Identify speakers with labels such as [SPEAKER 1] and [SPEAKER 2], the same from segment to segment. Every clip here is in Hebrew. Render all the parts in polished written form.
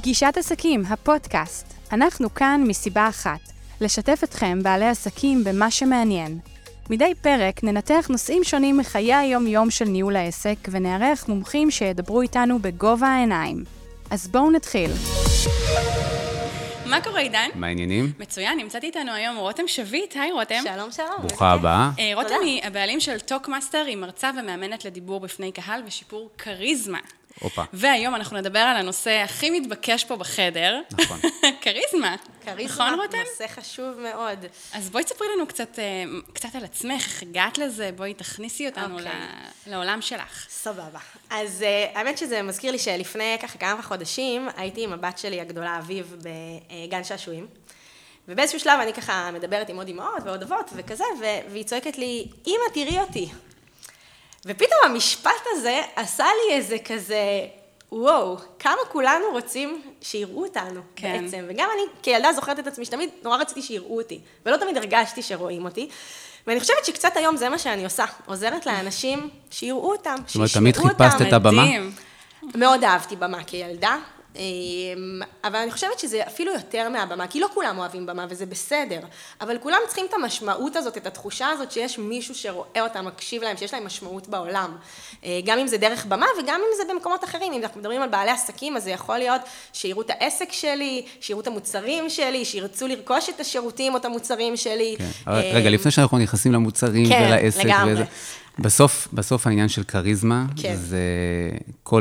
[SPEAKER 1] פגישת עסקים, הפודקאסט. אנחנו כאן מסיבה אחת, לשתף אתכם בעלי עסקים במה שמעניין. מדי פרק ננתח נושאים שונים מחיי היום-יום של ניהול העסק, ונערך מומחים שידברו איתנו בגובה העיניים. אז בואו נתחיל. מה קורה עידן?
[SPEAKER 2] מה העניינים?
[SPEAKER 1] מצוין, נמצאת איתנו היום רותם שביט. היי רותם.
[SPEAKER 3] שלום, שלום.
[SPEAKER 2] ברוכה הבאה.
[SPEAKER 1] רותם היא הבעלים של טוקמאסטר, היא מרצה ומאמנת לדיבור בפני קהל ושיפור קריזמה.
[SPEAKER 2] אופה.
[SPEAKER 1] והיום אנחנו נדבר על הנושא הכי מתבקש פה בחדר.
[SPEAKER 2] נכון.
[SPEAKER 1] קריזמה.
[SPEAKER 3] קריזמה,
[SPEAKER 1] נכון, רותם?
[SPEAKER 3] נושא חשוב מאוד.
[SPEAKER 1] אז בואי תספרי לנו קצת על עצמך, איך הגעת לזה, בואי תכניסי אותנו לעולם שלך.
[SPEAKER 3] סבבה. אז האמת שזה מזכיר לי שלפני כמה חודשים הייתי עם הבת שלי הגדולה אביב בגן שעשועים. ובאיזשהו שלב אני ככה מדברת עם עוד אמהות ועוד אבות וכזה, והיא צועקת לי, אמא תראי אותי. ופתאום המשפט הזה עשה לי איזה כזה, וואו, כמה כולנו רוצים שיראו אותנו בעצם. וגם אני כילדה זוכרת את עצמי שתמיד נורא רציתי שיראו אותי, ולא תמיד הרגשתי שרואים אותי. ואני חושבת שקצת היום זה מה שאני עושה, עוזרת לאנשים שיראו אותם, שישמעו אותם.
[SPEAKER 2] תמיד חיפשת את הבמה?
[SPEAKER 3] מאוד אהבתי במה כילדה. אבל אני חושבת שזה אפילו יותר מהבמה, כי לא כולם אוהבים במה וזה בסדר, אבל כולם צריכים את המשמעות הזאת, את התחושה הזאת שיש מישהו שרואה אותם, מקשיב להם, שיש להם משמעות בעולם. גם אם זה דרך במה וגם אם זה במקומות אחרים. אם אנחנו מדברים על בעלי עסקים, אז זה יכול להיות שיראו את העסק שלי, שיראו את המוצרים שלי, שירצו לרכוש את השירותים או את המוצרים שלי.
[SPEAKER 2] רגע, לפני שאנחנו נכנסים למוצרים ולעסק וזה. בסוף העניין של קריזמה, זה כל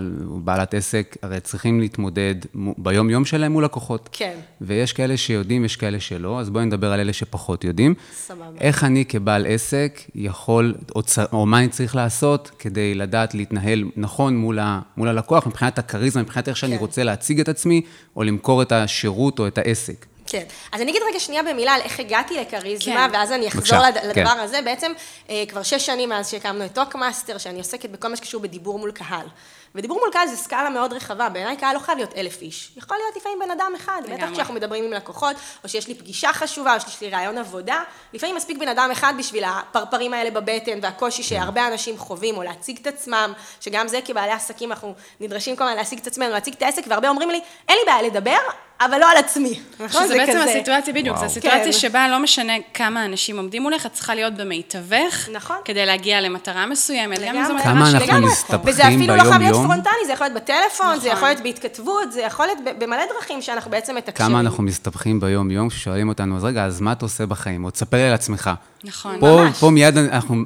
[SPEAKER 2] בעלת עסק, הרי צריכים להתמודד ביום יום שלהם מול לקוחות.
[SPEAKER 3] כן.
[SPEAKER 2] ויש כאלה שיודעים, יש כאלה שלא, אז בואי נדבר על אלה שפחות יודעים.
[SPEAKER 3] סבבה.
[SPEAKER 2] איך אני כבעל עסק יכול, או מה אני צריך לעשות, כדי לדעת להתנהל נכון מול הלקוח, מבחינת הקריזמה, מבחינת איך שאני רוצה להציג את עצמי, או למכור את השירות או את העסק.
[SPEAKER 3] כן, אז אני אגיד רגע שנייה במילה על איך הגעתי לקריזמה, ואז אני אחזור לדבר הזה. בעצם כבר 6 שנים מאז שהקמנו את טוקמאסטר, שאני עוסקת בכל מה שקשור בדיבור מול קהל. ודיבור מול קהל זה סקאלה מאוד רחבה, בעיניי קהל לא חייב להיות 1,000 איש. יכול להיות לפעמים בן אדם אחד, בטח כשאנחנו מדברים עם לקוחות, או שיש לי פגישה חשובה, או שיש לי רעיון עבודה, לפעמים מספיק בן אדם אחד בשביל הפרפרים האלה בבטן, והקושי שהרבה אנשים חווים, או להציג את עצמם, שגם זה כבעלי עסקים אנחנו נדרשים כל הזמן להציג את עצמנו, להציג את העסק, והרבה אומרים לי, אין לי בעיה לדבר, אבל לא על עצמי.
[SPEAKER 1] שזה בעצם הסיטואציה בדיוק, זו הסיטואציה שבה לא משנה כמה אנשים עומדים מולך, את צריכה להיות במיטבך, כדי להגיע למטרה מסוימת, גם אם זו מטרה
[SPEAKER 2] כמה אנחנו מסתבכים
[SPEAKER 3] וזה אפילו לא חייב להיות
[SPEAKER 2] ביום-יום.
[SPEAKER 3] פרונטלי, זה יכול להיות בטלפון, זה יכול להיות בהתכתבות, זה יכול להיות במלא דרכים שאנחנו בעצם מתקשרים.
[SPEAKER 2] כמה אנחנו מסתבכים ששואלים אותנו, אז רגע, אז מה אתה עושה בחיים? או תספר לי על עצמך.
[SPEAKER 1] נכון,
[SPEAKER 2] ממש. פה מיד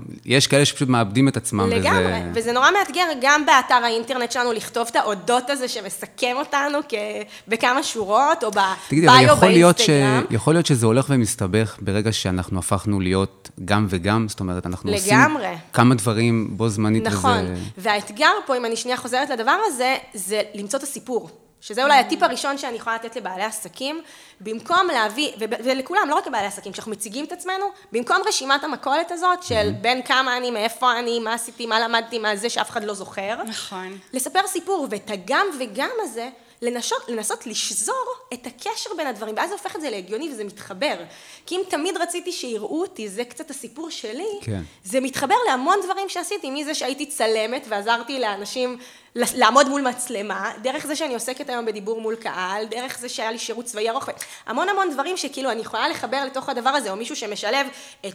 [SPEAKER 2] יש כאלה שפשוט מאבדים את עצמם.
[SPEAKER 3] לגמרי, וזה נורא מאתגר גם באתר האינטרנט שלנו לכתוב את האודות הזה שמסכם אותנו בכמה שורות, או בביו באינסטגרם.
[SPEAKER 2] יכול להיות שזה הולך ומסתבך ברגע שאנחנו הפכנו להיות גם וגם, זאת אומרת, אנחנו עושים כמה דברים בו זמנית.
[SPEAKER 3] נכון, והאתגר פה, אם אני שנייה חוזרת לדבר הזה, זה למצוא את הסיפור. שזה אולי הטיפ הראשון שאני יכולה לתת לבעלי עסקים, במקום להביא, ולכולם, לא רק לבעלי עסקים, כשאנחנו מציגים את עצמנו, במקום רשימת המכולת הזאת של בין כמה אני, מאיפה אני, מה עשיתי, מה למדתי, מה זה שאף אחד לא זוכר.
[SPEAKER 1] נכון.
[SPEAKER 3] לספר סיפור, ואת הגם וגם הזה, לנסות לשזור את הקשר בין הדברים, ואז זה הופך את זה להגיוני וזה מתחבר. כי אם תמיד רציתי שיראו אותי, זה קצת הסיפור שלי, זה מתחבר להמון דברים שעשיתי, מזה שהייתי צלמת ועזרתי לאנשים לעמוד מול מצלמה, דרך זה שאני עוסקת היום בדיבור מול קהל, דרך זה שהיה לי שירות צבאי ארוך, המון דברים שכאילו אני יכולה לחבר לתוך הדבר הזה, או מישהו שמשלב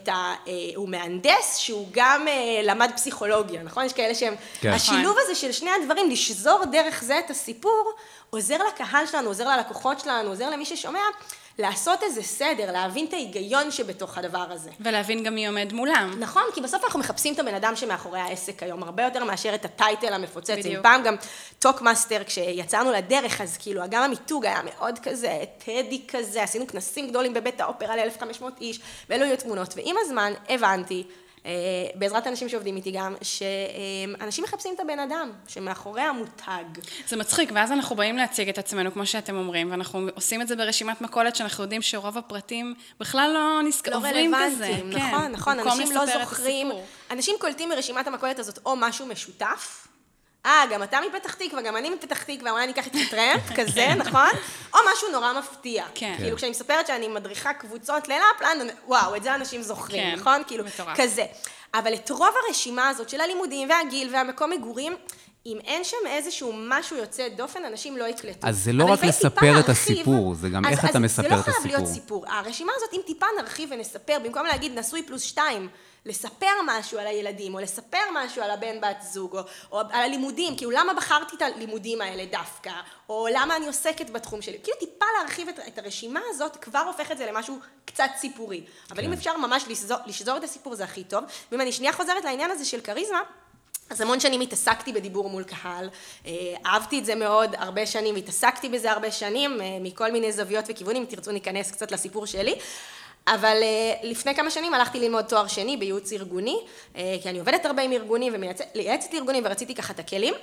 [SPEAKER 3] הוא מהנדס שהוא גם למד פסיכולוגיה, נכון? יש כאלה שהם, השילוב הזה של שני הדברים, לשזור דרך זה את הסיפור, עוזר לקהל שלנו, עוזר ללקוחות שלנו, עוזר למי ששומע, לעשות איזה סדר, להבין את ההיגיון שבתוך הדבר הזה.
[SPEAKER 1] ולהבין גם מי עומד מולם.
[SPEAKER 3] נכון, כי בסוף אנחנו מחפשים את הבן אדם שמאחורי העסק היום, הרבה יותר מאשר את הטייטל המפוצץ. פעם גם טוקמאסטר, כשיצאנו לדרך, אז כאילו, גם המיתוג היה מאוד כזה, טדי כזה, עשינו כנסים גדולים בבית האופרה ל-1,500 איש, ואלו היו תמונות. ועם הזמן הבנתי, בעזרת אנשים שעובדים איתי גם, שאנשים מחפשים את הבן אדם, שמאחורי המותג.
[SPEAKER 1] זה מצחיק, ואז אנחנו באים להציג את עצמנו, כמו שאתם אומרים, ואנחנו עושים את זה ברשימת מכולת, שאנחנו יודעים שרוב הפרטים בכלל לא עוברים כזה.
[SPEAKER 3] נכון, אנשים לא זוכרים, אנשים קולטים מרשימת המכולת הזאת או משהו משותף, גם אתה מפתח תקווה, גם אני מפתח תקווה, אולי אני אקח את טרמפ, כזה, נכון? או משהו נורא מפתיע. כאילו, כשאני מספרת שאני מדריכה קבוצות ללאפלנד, וואו, את זה אנשים זוכרים, נכון? כאילו, כזה. אבל את רוב הרשימה הזאת של הלימודים והגיל והמקום מגורים, אם אין שם איזשהו משהו יוצא דופן, אנשים לא יקלטו.
[SPEAKER 2] אז זה לא רק לספר את הסיפור, זה גם איך אתה מספר את הסיפור.
[SPEAKER 3] זה לא חייב להיות סיפור. הרשימה הזאת, אם טיפה נרחיב ונספר, במקום להגיד נשוי פלוס 2, לספר משהו על הילדים, או לספר משהו על הבן בת זוג, או על הלימודים, כאילו למה בחרתי את הלימודים האלה דווקא, או למה אני עוסקת בתחום שלי. כאילו טיפה להרחיב את הרשימה הזאת, כבר הופך את זה למשהו קצת סיפורי. אבל אם אפשר ממש לשזור את הסיפור, זה הכי טוב. ואם אני שנייה חוזרת לעניין הזה של קריזמה, אז המון שנים התעסקתי בדיבור מול קהל, אהבתי את זה מאוד הרבה שנים, התעסקתי בזה הרבה שנים, מכל מיני זוויות וכיוונים, תרצו ניכנס קצת לסיפור שלי, אבל לפני כמה שנים הלכתי ללמוד תואר שני בייעוץ ארגוני, כי אני עובדת הרבה עם ארגונים ומייעצת לארגונים ורציתי ככה את הכלים,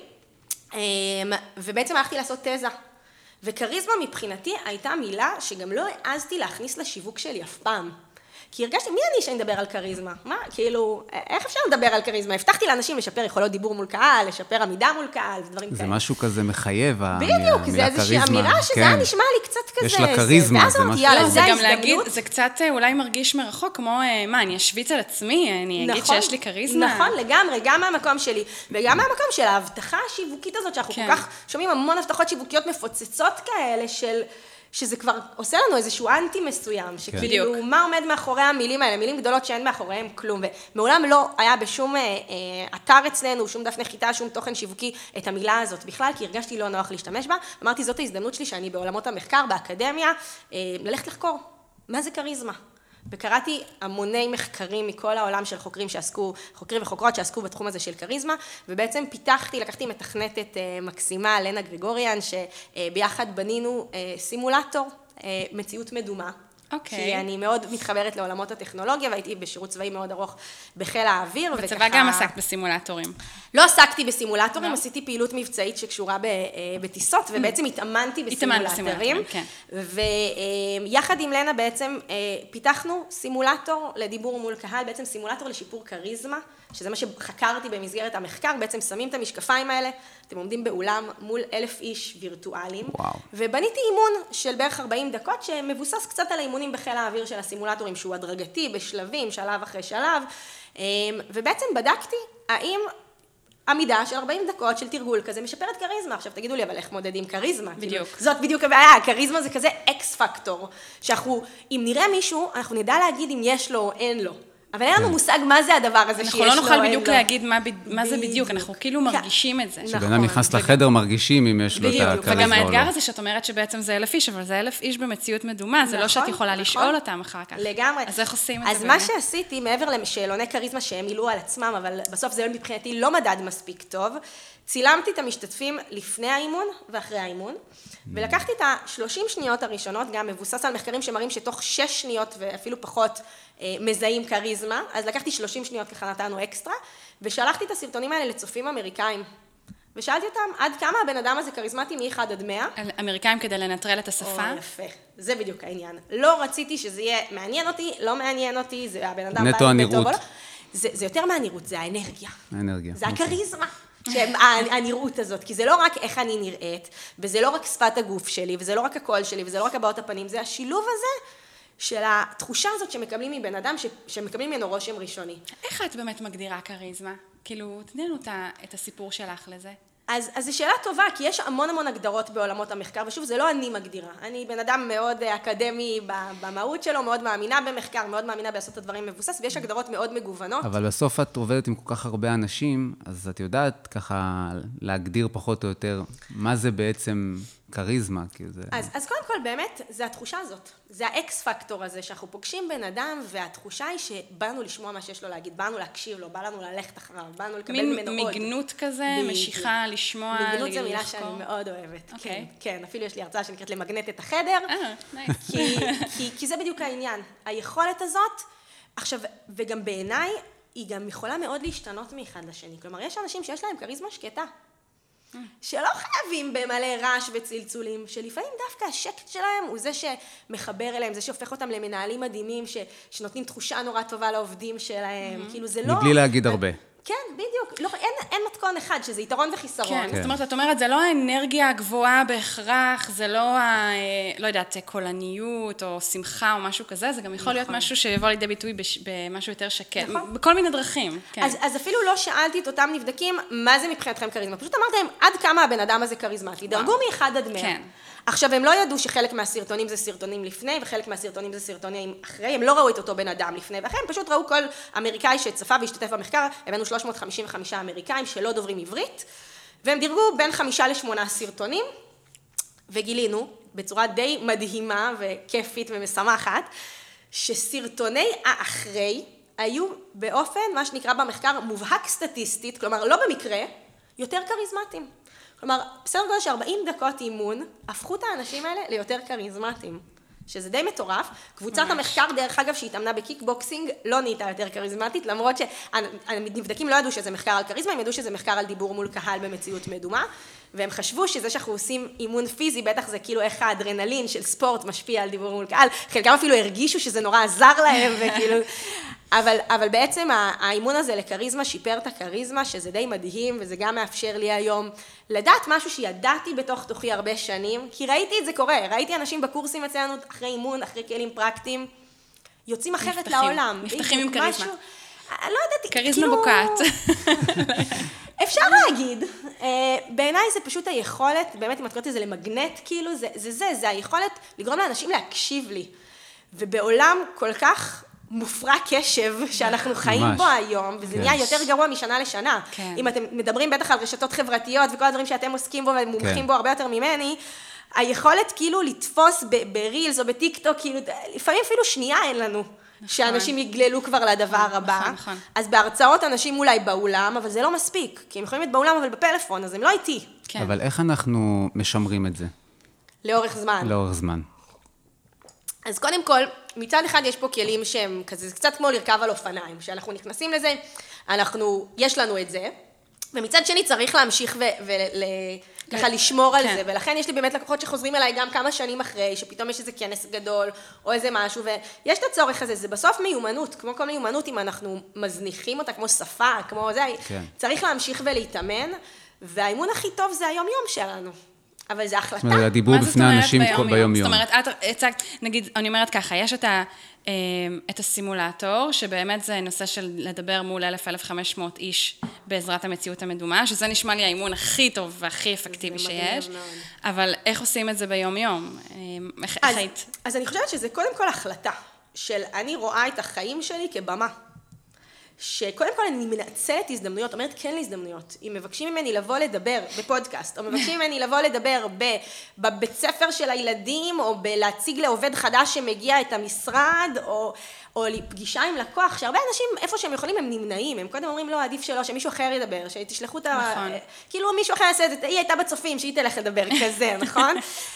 [SPEAKER 3] ובעצם הלכתי לעשות תזה. וקריזמה מבחינתי הייתה מילה שגם לא העזתי להכניס לשיווק שלי אף פעם. כי הרגשתי, מי אני שאני אדבר על קריזמה? מה, כאילו, איך אפשר לדבר על קריזמה? הבטחתי לאנשים לשפר יכולות דיבור מול קהל, לשפר עמידה מול קהל, ודברים כאלה.
[SPEAKER 2] זה משהו כזה מחייב, המילה קריזמה.
[SPEAKER 3] בדיוק, זה איזושהי אמירה שזה היה נשמע לי קצת כזה.
[SPEAKER 2] יש לה קריזמה, זה משהו.
[SPEAKER 1] זה גם להגיד, זה קצת אולי מרגיש מרחוק, כמו, מה, אני אשוויץ על עצמי, אני אגיד שיש לי קריזמה.
[SPEAKER 3] נכון, לגמרי, גם מהמקום שלי, וגם מהמקום של ההבטחה השיווקית הזאת, שאנחנו כל כך שומעים המון הבטחות שיווקיות מפוצצות כאלה שזה כבר עושה לנו איזשהו אנטי מסוים, שכאילו מה עומד מאחורי המילים האלה, מילים גדולות שאין מאחוריהם כלום, ומעולם לא היה בשום אתר אצלנו, שום דף נחיתה, שום תוכן שיווקי את המילה הזאת בכלל, כי הרגשתי לא נוח להשתמש בה, אמרתי זאת ההזדמנות שלי שאני בעולמות המחקר, באקדמיה, ללכת לחקור, מה זה קריזמה? וקראתי המוני מחקרים מכל העולם של חוקרים וחוקרות שעסקו בתחום הזה של קריזמה, ובעצם לקחתי מתכנתת מקסימה, לנה גרגוריאן, שביחד בנינו סימולטור, מציאות מדומה. כי אני מאוד מתחברת לעולמות הטכנולוגיה, והייתי בשירות צבאי מאוד ארוך בחיל האוויר.
[SPEAKER 1] בצבא גם עסקת בסימולטורים.
[SPEAKER 3] לא עסקתי בסימולטורים, עשיתי פעילות מבצעית שקשורה בטיסות, ובעצם התאמנתי בסימולטורים. ויחד עם לנה בעצם פיתחנו סימולטור לדיבור מול קהל, בעצם סימולטור לשיפור קריזמה, שזה מה שחקרתי במסגרת המחקר, בעצם שמים את המשקפיים האלה, אתם עומדים באולם מול 1,000 איש וירטואליים, ובניתי אימון של בערך 40 דקות, שמבוסס קצת על האימונים בחיל האוויר של הסימולטורים, שהוא הדרגתי, בשלבים, שלב אחרי שלב, ובעצם בדקתי האם עמידה של 40 דקות של תרגול כזה משפרת קריזמה. עכשיו תגידו לי, אבל איך מודדים קריזמה?
[SPEAKER 1] בדיוק.
[SPEAKER 3] זאת בדיוק הבעיה, קריזמה זה כזה אקס פקטור, שאנחנו, אם נראה מישהו, אנחנו נדע להגיד אם יש לו או אין לו. אבל אין לנו מושג מה זה הדבר הזה שיש לו.
[SPEAKER 1] אנחנו לא נוכל בדיוק להגיד מה זה בדיוק, אנחנו כאילו מרגישים את זה.
[SPEAKER 2] שבן אדם נכנס לחדר, מרגישים אם יש לו את הקריזמה או לא.
[SPEAKER 1] וגם האתגר הזה שאת אומרת שבעצם זה 1,000 איש, אבל זה 1,000 איש במציאות מדומה, זה לא שאת יכולה לשאול אותם אחר כך.
[SPEAKER 3] לגמרי.
[SPEAKER 1] אז איך עושים את זה?
[SPEAKER 3] אז מה שעשיתי, מעבר לשאלוני קריזמה שהם מילאו על עצמם, אבל בסוף זה מבחינתי לא מדד מספיק טוב, צילמתי את המשתתפים לפני האימון ואחרי האימון, ולקחתי את ה-30 שניות הראשונות, גם מבוסס על מחקרים שמראים שתוך 6 שניות ואפילו פחות מזהים קריזמה, אז לקחתי 30 שניות ככה נתנו אקסטרה, ושלחתי את הסרטונים האלה לצופים אמריקאים. ושאלתי אותם, עד כמה הבן אדם הזה קריזמטי מ-1 עד 100?
[SPEAKER 1] אמריקאים כדי לנטרל את השפה?
[SPEAKER 3] יפה, זה בדיוק העניין. לא רציתי שזה יהיה מעניין אותי, לא מעניין אותי, זה הבן אדם
[SPEAKER 2] נטו הנראות.
[SPEAKER 3] זה יותר מהנראות, זה האנרגיה.
[SPEAKER 2] האנרגיה.
[SPEAKER 3] זה הקריזמה. הנראות הזאת, כי זה לא רק איך אני נראית, וזה לא רק שפת הגוף שלי, וזה לא רק הקול שלי, וזה לא רק הבעות הפנים, זה השילוב הזה של התחושה הזאת שמקבלים מבן אדם, שמקבלים ממנו רושם ראשוני.
[SPEAKER 1] איך את באמת מגדירה קריזמה? כאילו, תתני לנו את הסיפור שלך לזה.
[SPEAKER 3] אז זו שאלה טובה, כי יש המון הגדרות בעולמות המחקר, ושוב, זה לא אני מגדירה. אני בן אדם מאוד אקדמי במהות שלו, מאוד מאמינה במחקר, מאוד מאמינה בעשות את הדברים מבוסס, ויש הגדרות מאוד מגוונות.
[SPEAKER 2] אבל בסוף את עובדת עם כל כך הרבה אנשים, אז את יודעת ככה להגדיר פחות או יותר מה זה בעצם קריזמה.
[SPEAKER 3] אז קודם כל, באמת, זה התחושה הזאת. זה האקס פקטור הזה, שאנחנו פוגשים בן אדם, והתחושה היא שבאנו לשמוע מה שיש לו להגיד, באנו להקשיב לו, בא לנו ללכת אחריו, באנו לקבל ממנו עוד.
[SPEAKER 1] מגנות כזה, משיכה, לשמוע, לחקור.
[SPEAKER 3] מגנות זה מילה שאני מאוד אוהבת. כן, אפילו יש לי הרצאה שנקראת למגנט את החדר. כי זה בדיוק העניין. היכולת הזאת, עכשיו, וגם בעיניי, היא גם יכולה מאוד להשתנות מאחד לשני. כלומר, יש אנשים שיש להם קריזמה שקטה. שלא חייבים במלא רעש וצלצולים, שלפעמים דווקא השקט שלהם הוא זה שמחבר אליהם, זה שהופך אותם למנהלים מדהימים, שנותנים תחושה נורא טובה לעובדים שלהם, כאילו זה לא...
[SPEAKER 2] מבלי להגיד הרבה.
[SPEAKER 3] כן, בדיוק. לא, אין מתכון אחד, שזה יתרון וחיסרון.
[SPEAKER 1] כן, זאת אומרת, את אומרת, זה לא האנרגיה הגבוהה בהכרח, זה לא לא יודעת, קולניות או שמחה או משהו כזה, זה גם יכול להיות משהו שיבוא לידי ביטוי במשהו יותר שקט, בכל מיני דרכים.
[SPEAKER 3] אז אפילו לא שאלתי את אותם נבדקים, מה זה מבחינתכם כריזמה? פשוט אמרתי להם, עד כמה הבן אדם הזה כריזמטי. דרגו מ-1 עד 100. עכשיו, הם לא ידעו שחלק מהסרטונים זה סרטונים לפני, וחלק מהסרטונים זה סרטונים אחרי, הם לא ראו את אותו בן אדם לפני, ואחרי הם פשוט ראו כל אמריקאי שצפה והשתתף במחקר, הבאנו 355 אמריקאים שלא דוברים עברית, והם דירגו בין 5 ל8 סרטונים, וגילינו, בצורה די מדהימה וכיפית ומשמחת, שסרטוני האחרי היו באופן, מה שנקרא במחקר, מובהק סטטיסטית, כלומר, לא במקרה, יותר כריזמטיים. כלומר, בסדר גודל ש40 דקות אימון, הפכו את האנשים האלה ליותר כריזמטיים, שזה די מטורף. קבוצת המחקר, דרך אגב, שהתאמנה בקיקבוקסינג, לא נהייתה יותר כריזמטית, למרות שהנבדקים לא ידעו שזה מחקר על כריזמה, הם ידעו שזה מחקר על דיבור מול קהל במציאות מדומה, והם חשבו שזה שאנחנו עושים אימון פיזי, בטח זה כאילו איך האדרנלין של ספורט משפיע על דיבור מול קהל, חלקם אפילו הרגישו שזה נורא עזר להם, וכאילו... אבל בעצם האימון הזה לקריזמה שיפר את הקריזמה, שזה די מדהים, וזה גם מאפשר לי היום לדעת משהו שידעתי בתוך תוכי הרבה שנים, כי ראיתי את זה קורה, ראיתי אנשים בקורסים אצלנו אחרי אימון, אחרי כלים פרקטיים, יוצאים אחרת לעולם.
[SPEAKER 1] נפתחים עם קריזמה.
[SPEAKER 3] לא ידעתי,
[SPEAKER 1] קריזמה בוקעת.
[SPEAKER 3] אפשר להגיד, בעיניי זה פשוט היכולת, באמת אם את קוראת לזה למגנט, כאילו זה היכולת לגרום לאנשים להקשיב לי, ובעולם כל כך מופרע קשב שאנחנו חיים בו היום, וזה נהיה יותר גרוע משנה לשנה. אם אתם מדברים בטח על רשתות חברתיות וכל הדברים שאתם עוסקים בו ומומחים בו הרבה יותר ממני, היכולת כאילו לתפוס ברילס או בטיקטוק, כאילו לפעמים אפילו שנייה אין לנו, שאנשים יגללו כבר לדבר הבא. אז בהרצאות אנשים אולי באולם, אבל זה לא מספיק, כי הם יכולים להיות באולם אבל בפלאפון, אז הם לא איתי.
[SPEAKER 2] אבל איך אנחנו משמרים את זה?
[SPEAKER 3] לאורך זמן.
[SPEAKER 2] לאורך זמן.
[SPEAKER 3] אז קודם כל, מצד אחד יש פה כלים שהם כזה, זה קצת כמו לרכב על אופניים, שאנחנו נכנסים לזה, יש לנו את זה, ומצד שני צריך להמשיך וככה לשמור על זה, ולכן יש לי באמת לקוחות שחוזרים אליי גם כמה שנים אחרי, שפתאום יש איזה כנס גדול, או איזה משהו, ויש את הצורך הזה, זה בסוף מיומנות, כמו כל מיומנות, אם אנחנו מזניחים אותה, כמו שפה, כמו זה, צריך להמשיך ולהתאמן, והאימון הכי טוב זה היום-יום שלנו. אבל זה החלטה.
[SPEAKER 2] זאת אומרת, הדיבור בפני אנשים ביום-יום.
[SPEAKER 1] זאת אומרת, את הצגת, נגיד, אני אומרת ככה, יש את הסימולטור, שבאמת זה נושא של לדבר מול 1,000-1,500 איש בעזרת המציאות המדומה, שזה נשמע לי האימון הכי טוב והכי אפקטיבי שיש, אבל איך עושים את זה ביום-יום?
[SPEAKER 3] אז אני חושבת שזה קודם כל החלטה, של אני רואה את החיים שלי כבמה. שקודם כל אני מנצלת הזדמנויות, אומרת כן להזדמנויות. אם מבקשים ממני לבוא לדבר בפודקאסט, או מבקשים ממני לבוא לדבר בבית ספר של הילדים, או להציג לעובד חדש שמגיע את המשרד, או לפגישה עם לקוח, שהרבה אנשים, איפה שהם יכולים, הם נמנעים. הם קודם אומרים, לא, עדיף שלא, שמישהו אחר ידבר, שתשלחו את כאילו מישהו אחר יעשה את זה, היא הייתה בצופים, שהיא תלך לדבר כזה, נכון?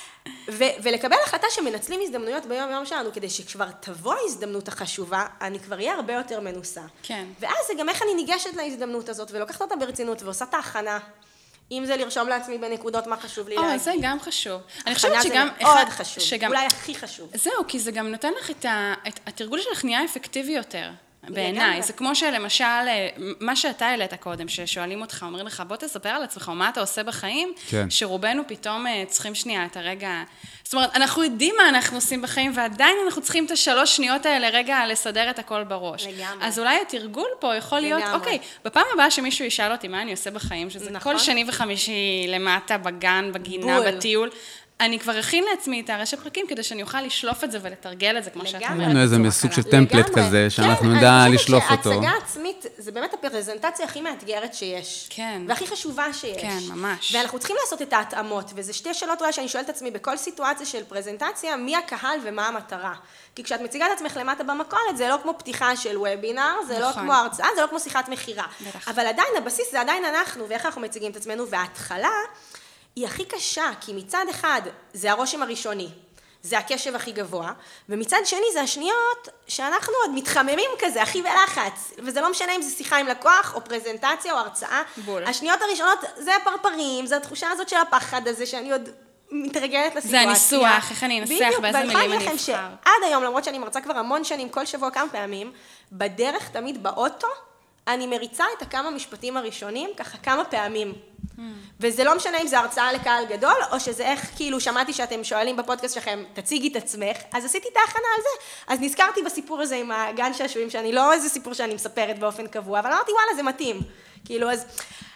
[SPEAKER 3] ולקבל החלטה שמנצלים הזדמנויות ביום יום שלנו, כדי שכבר תבוא ההזדמנות החשובה, אני כבר אהיה הרבה יותר מנוסה.
[SPEAKER 1] כן.
[SPEAKER 3] ואז זה גם איך אני ניגשת להזדמנות הזאת, ולוקחת אותה ברצינות, ועושה את ההכנה. אם זה לרשום לעצמי בנקודות מה חשוב לי להגיד.
[SPEAKER 1] זה גם חשוב. אני חושבת שגם
[SPEAKER 3] מאוד חשוב, אולי הכי חשוב.
[SPEAKER 1] זהו, כי זה גם נותן לך את התרגול שלך נהיה אפקטיבי יותר. בעיניי, זה כמו שלמשל, מה שאתה העלית קודם, ששואלים אותך, אומרים לך, בוא תספר על עצמך, או מה אתה עושה בחיים, שרובנו פתאום צריכים שנייה את הרגע, זאת אומרת, אנחנו יודעים מה אנחנו עושים בחיים, ועדיין אנחנו צריכים את 3 שניות האלה רגע לסדר את הכל בראש.
[SPEAKER 3] לגמרי.
[SPEAKER 1] אז אולי התרגול פה יכול להיות, אוקיי, בפעם הבאה שמישהו ישאל אותי מה אני עושה בחיים, שזה כל שני וחמישי למטה, בגן, בגינה, בטיול, אני כבר אכין לעצמי את הרשת פרקים, כדי שאני אוכל לשלוף את זה ולתרגל את זה, כמו שאת אומרת.
[SPEAKER 2] אין איזה מסוג של טמפלט כזה, שאנחנו נדע לשלוף אותו.
[SPEAKER 3] אני חושבת שההצגה עצמית, זה באמת הפרזנטציה הכי מאתגרת שיש.
[SPEAKER 1] כן.
[SPEAKER 3] והכי חשובה שיש.
[SPEAKER 1] כן, ממש.
[SPEAKER 3] ואנחנו צריכים לעשות את ההתאמות, וזה 2 שאלות אולי שאני שואלת את עצמי בכל סיטואציה של פרזנטציה, מי הקהל ומה המטרה. כי כשאת מציגה את עצמך למטה במכולת, זה לא כמו פתיחה של וובינר, זה לא כמו הרצאה, זה לא כמו שיחת מחירה. אבל עדיין הבסיס זה עדיין אנחנו, ואיך אנחנו מציגים את עצמנו, וההתחלה היא הכי קשה, כי מצד אחד זה הרושם הראשוני, זה הקשב הכי גבוה, ומצד שני זה השניות שאנחנו עוד מתחממים כזה, הכי בלחץ, וזה לא משנה אם זה שיחה עם לקוח, או פרזנטציה, או הרצאה.
[SPEAKER 1] בול.
[SPEAKER 3] השניות הראשונות זה הפרפרים, זה התחושה הזאת של הפחד הזה, שאני עוד מתרגלת לסיטואציה.
[SPEAKER 1] זה הניסוח, איך אני אנסח, באיזה מילים אני אבחר.
[SPEAKER 3] עד היום, למרות שאני מרצה כבר המון שנים, כל שבוע כמה פעמים, בדרך תמיד באוטו, אני מריצה את הכמה משפטים הראשונים, ככה כמה פעמים. וזה לא משנה אם זה הרצאה לקהל גדול, או שזה איך, כאילו, שמעתי שאתם שואלים בפודקאסט שלכם, תציגי את עצמך, אז עשיתי את ההכנה על זה. אז נזכרתי בסיפור הזה עם הגן שעשועים, שאני לא איזה סיפור שאני מספרת באופן קבוע, אבל אמרתי, וואלה, זה מתאים. כאילו, אז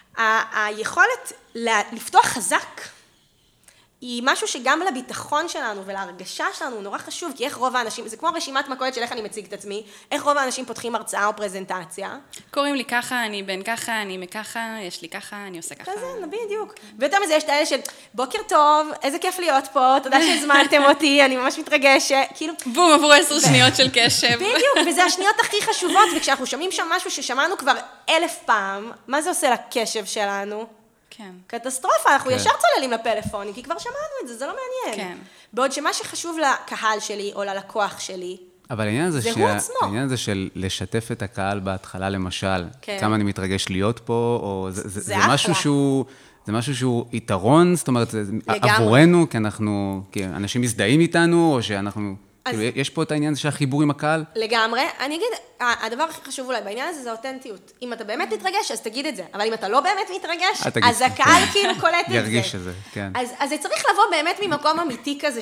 [SPEAKER 3] היכולת לפתוח חזק, היא משהו שגם לביטחון שלנו ולהרגשה שלנו הוא נורא חשוב, כי איך רוב האנשים, זה כמו רשימת מכולת של איך אני מציג את עצמי, איך רוב האנשים פותחים הרצאה או פרזנטציה.
[SPEAKER 1] קוראים לי ככה, אני בן ככה, אני מככה, יש לי ככה, אני עושה ככה.
[SPEAKER 3] כזה, בדיוק. ויותר מזה יש את האלה של בוקר טוב, איזה כיף להיות פה, תודה שהזמנתם אותי, אני ממש מתרגשת, כאילו...
[SPEAKER 1] בום, עברו 10 שניות של קשב.
[SPEAKER 3] בדיוק, וזה השניות הכי חשובות, וכשאנחנו שומעים שם משהו ששמענו כבר 1000 פעם, מה זה עושה לקשב שלנו?
[SPEAKER 1] כן.
[SPEAKER 3] קטסטרופה, אנחנו ישר צוללים לפלאפונים, כי כבר שמענו את זה, זה לא מעניין.
[SPEAKER 1] כן.
[SPEAKER 3] בעוד שמה שחשוב לקהל שלי, או ללקוח שלי,
[SPEAKER 2] אבל העניין
[SPEAKER 3] הוא עצמו.
[SPEAKER 2] העניין הזה של לשתף את הקהל בהתחלה, למשל,
[SPEAKER 3] כן.
[SPEAKER 2] כמה אני מתרגש להיות פה, או זה
[SPEAKER 3] אחלה.
[SPEAKER 2] משהו שהוא יתרון, זאת אומרת,
[SPEAKER 3] לגמרי.
[SPEAKER 2] עבורנו, כי אנשים מזדהים איתנו, או שאנחנו... כאילו, יש פה את העניין של החיבור עם הקהל?
[SPEAKER 3] לגמרי. אני אגיד, הדבר הכי חשוב אולי בעניין הזה זה אותנטיות. אם אתה באמת מתרגש, אז תגיד את זה. אבל אם אתה לא באמת מתרגש, אז הקהל כאילו קולט את זה.
[SPEAKER 2] ירגיש את זה, כן.
[SPEAKER 3] אז זה צריך לבוא באמת ממקום אמיתי כזה,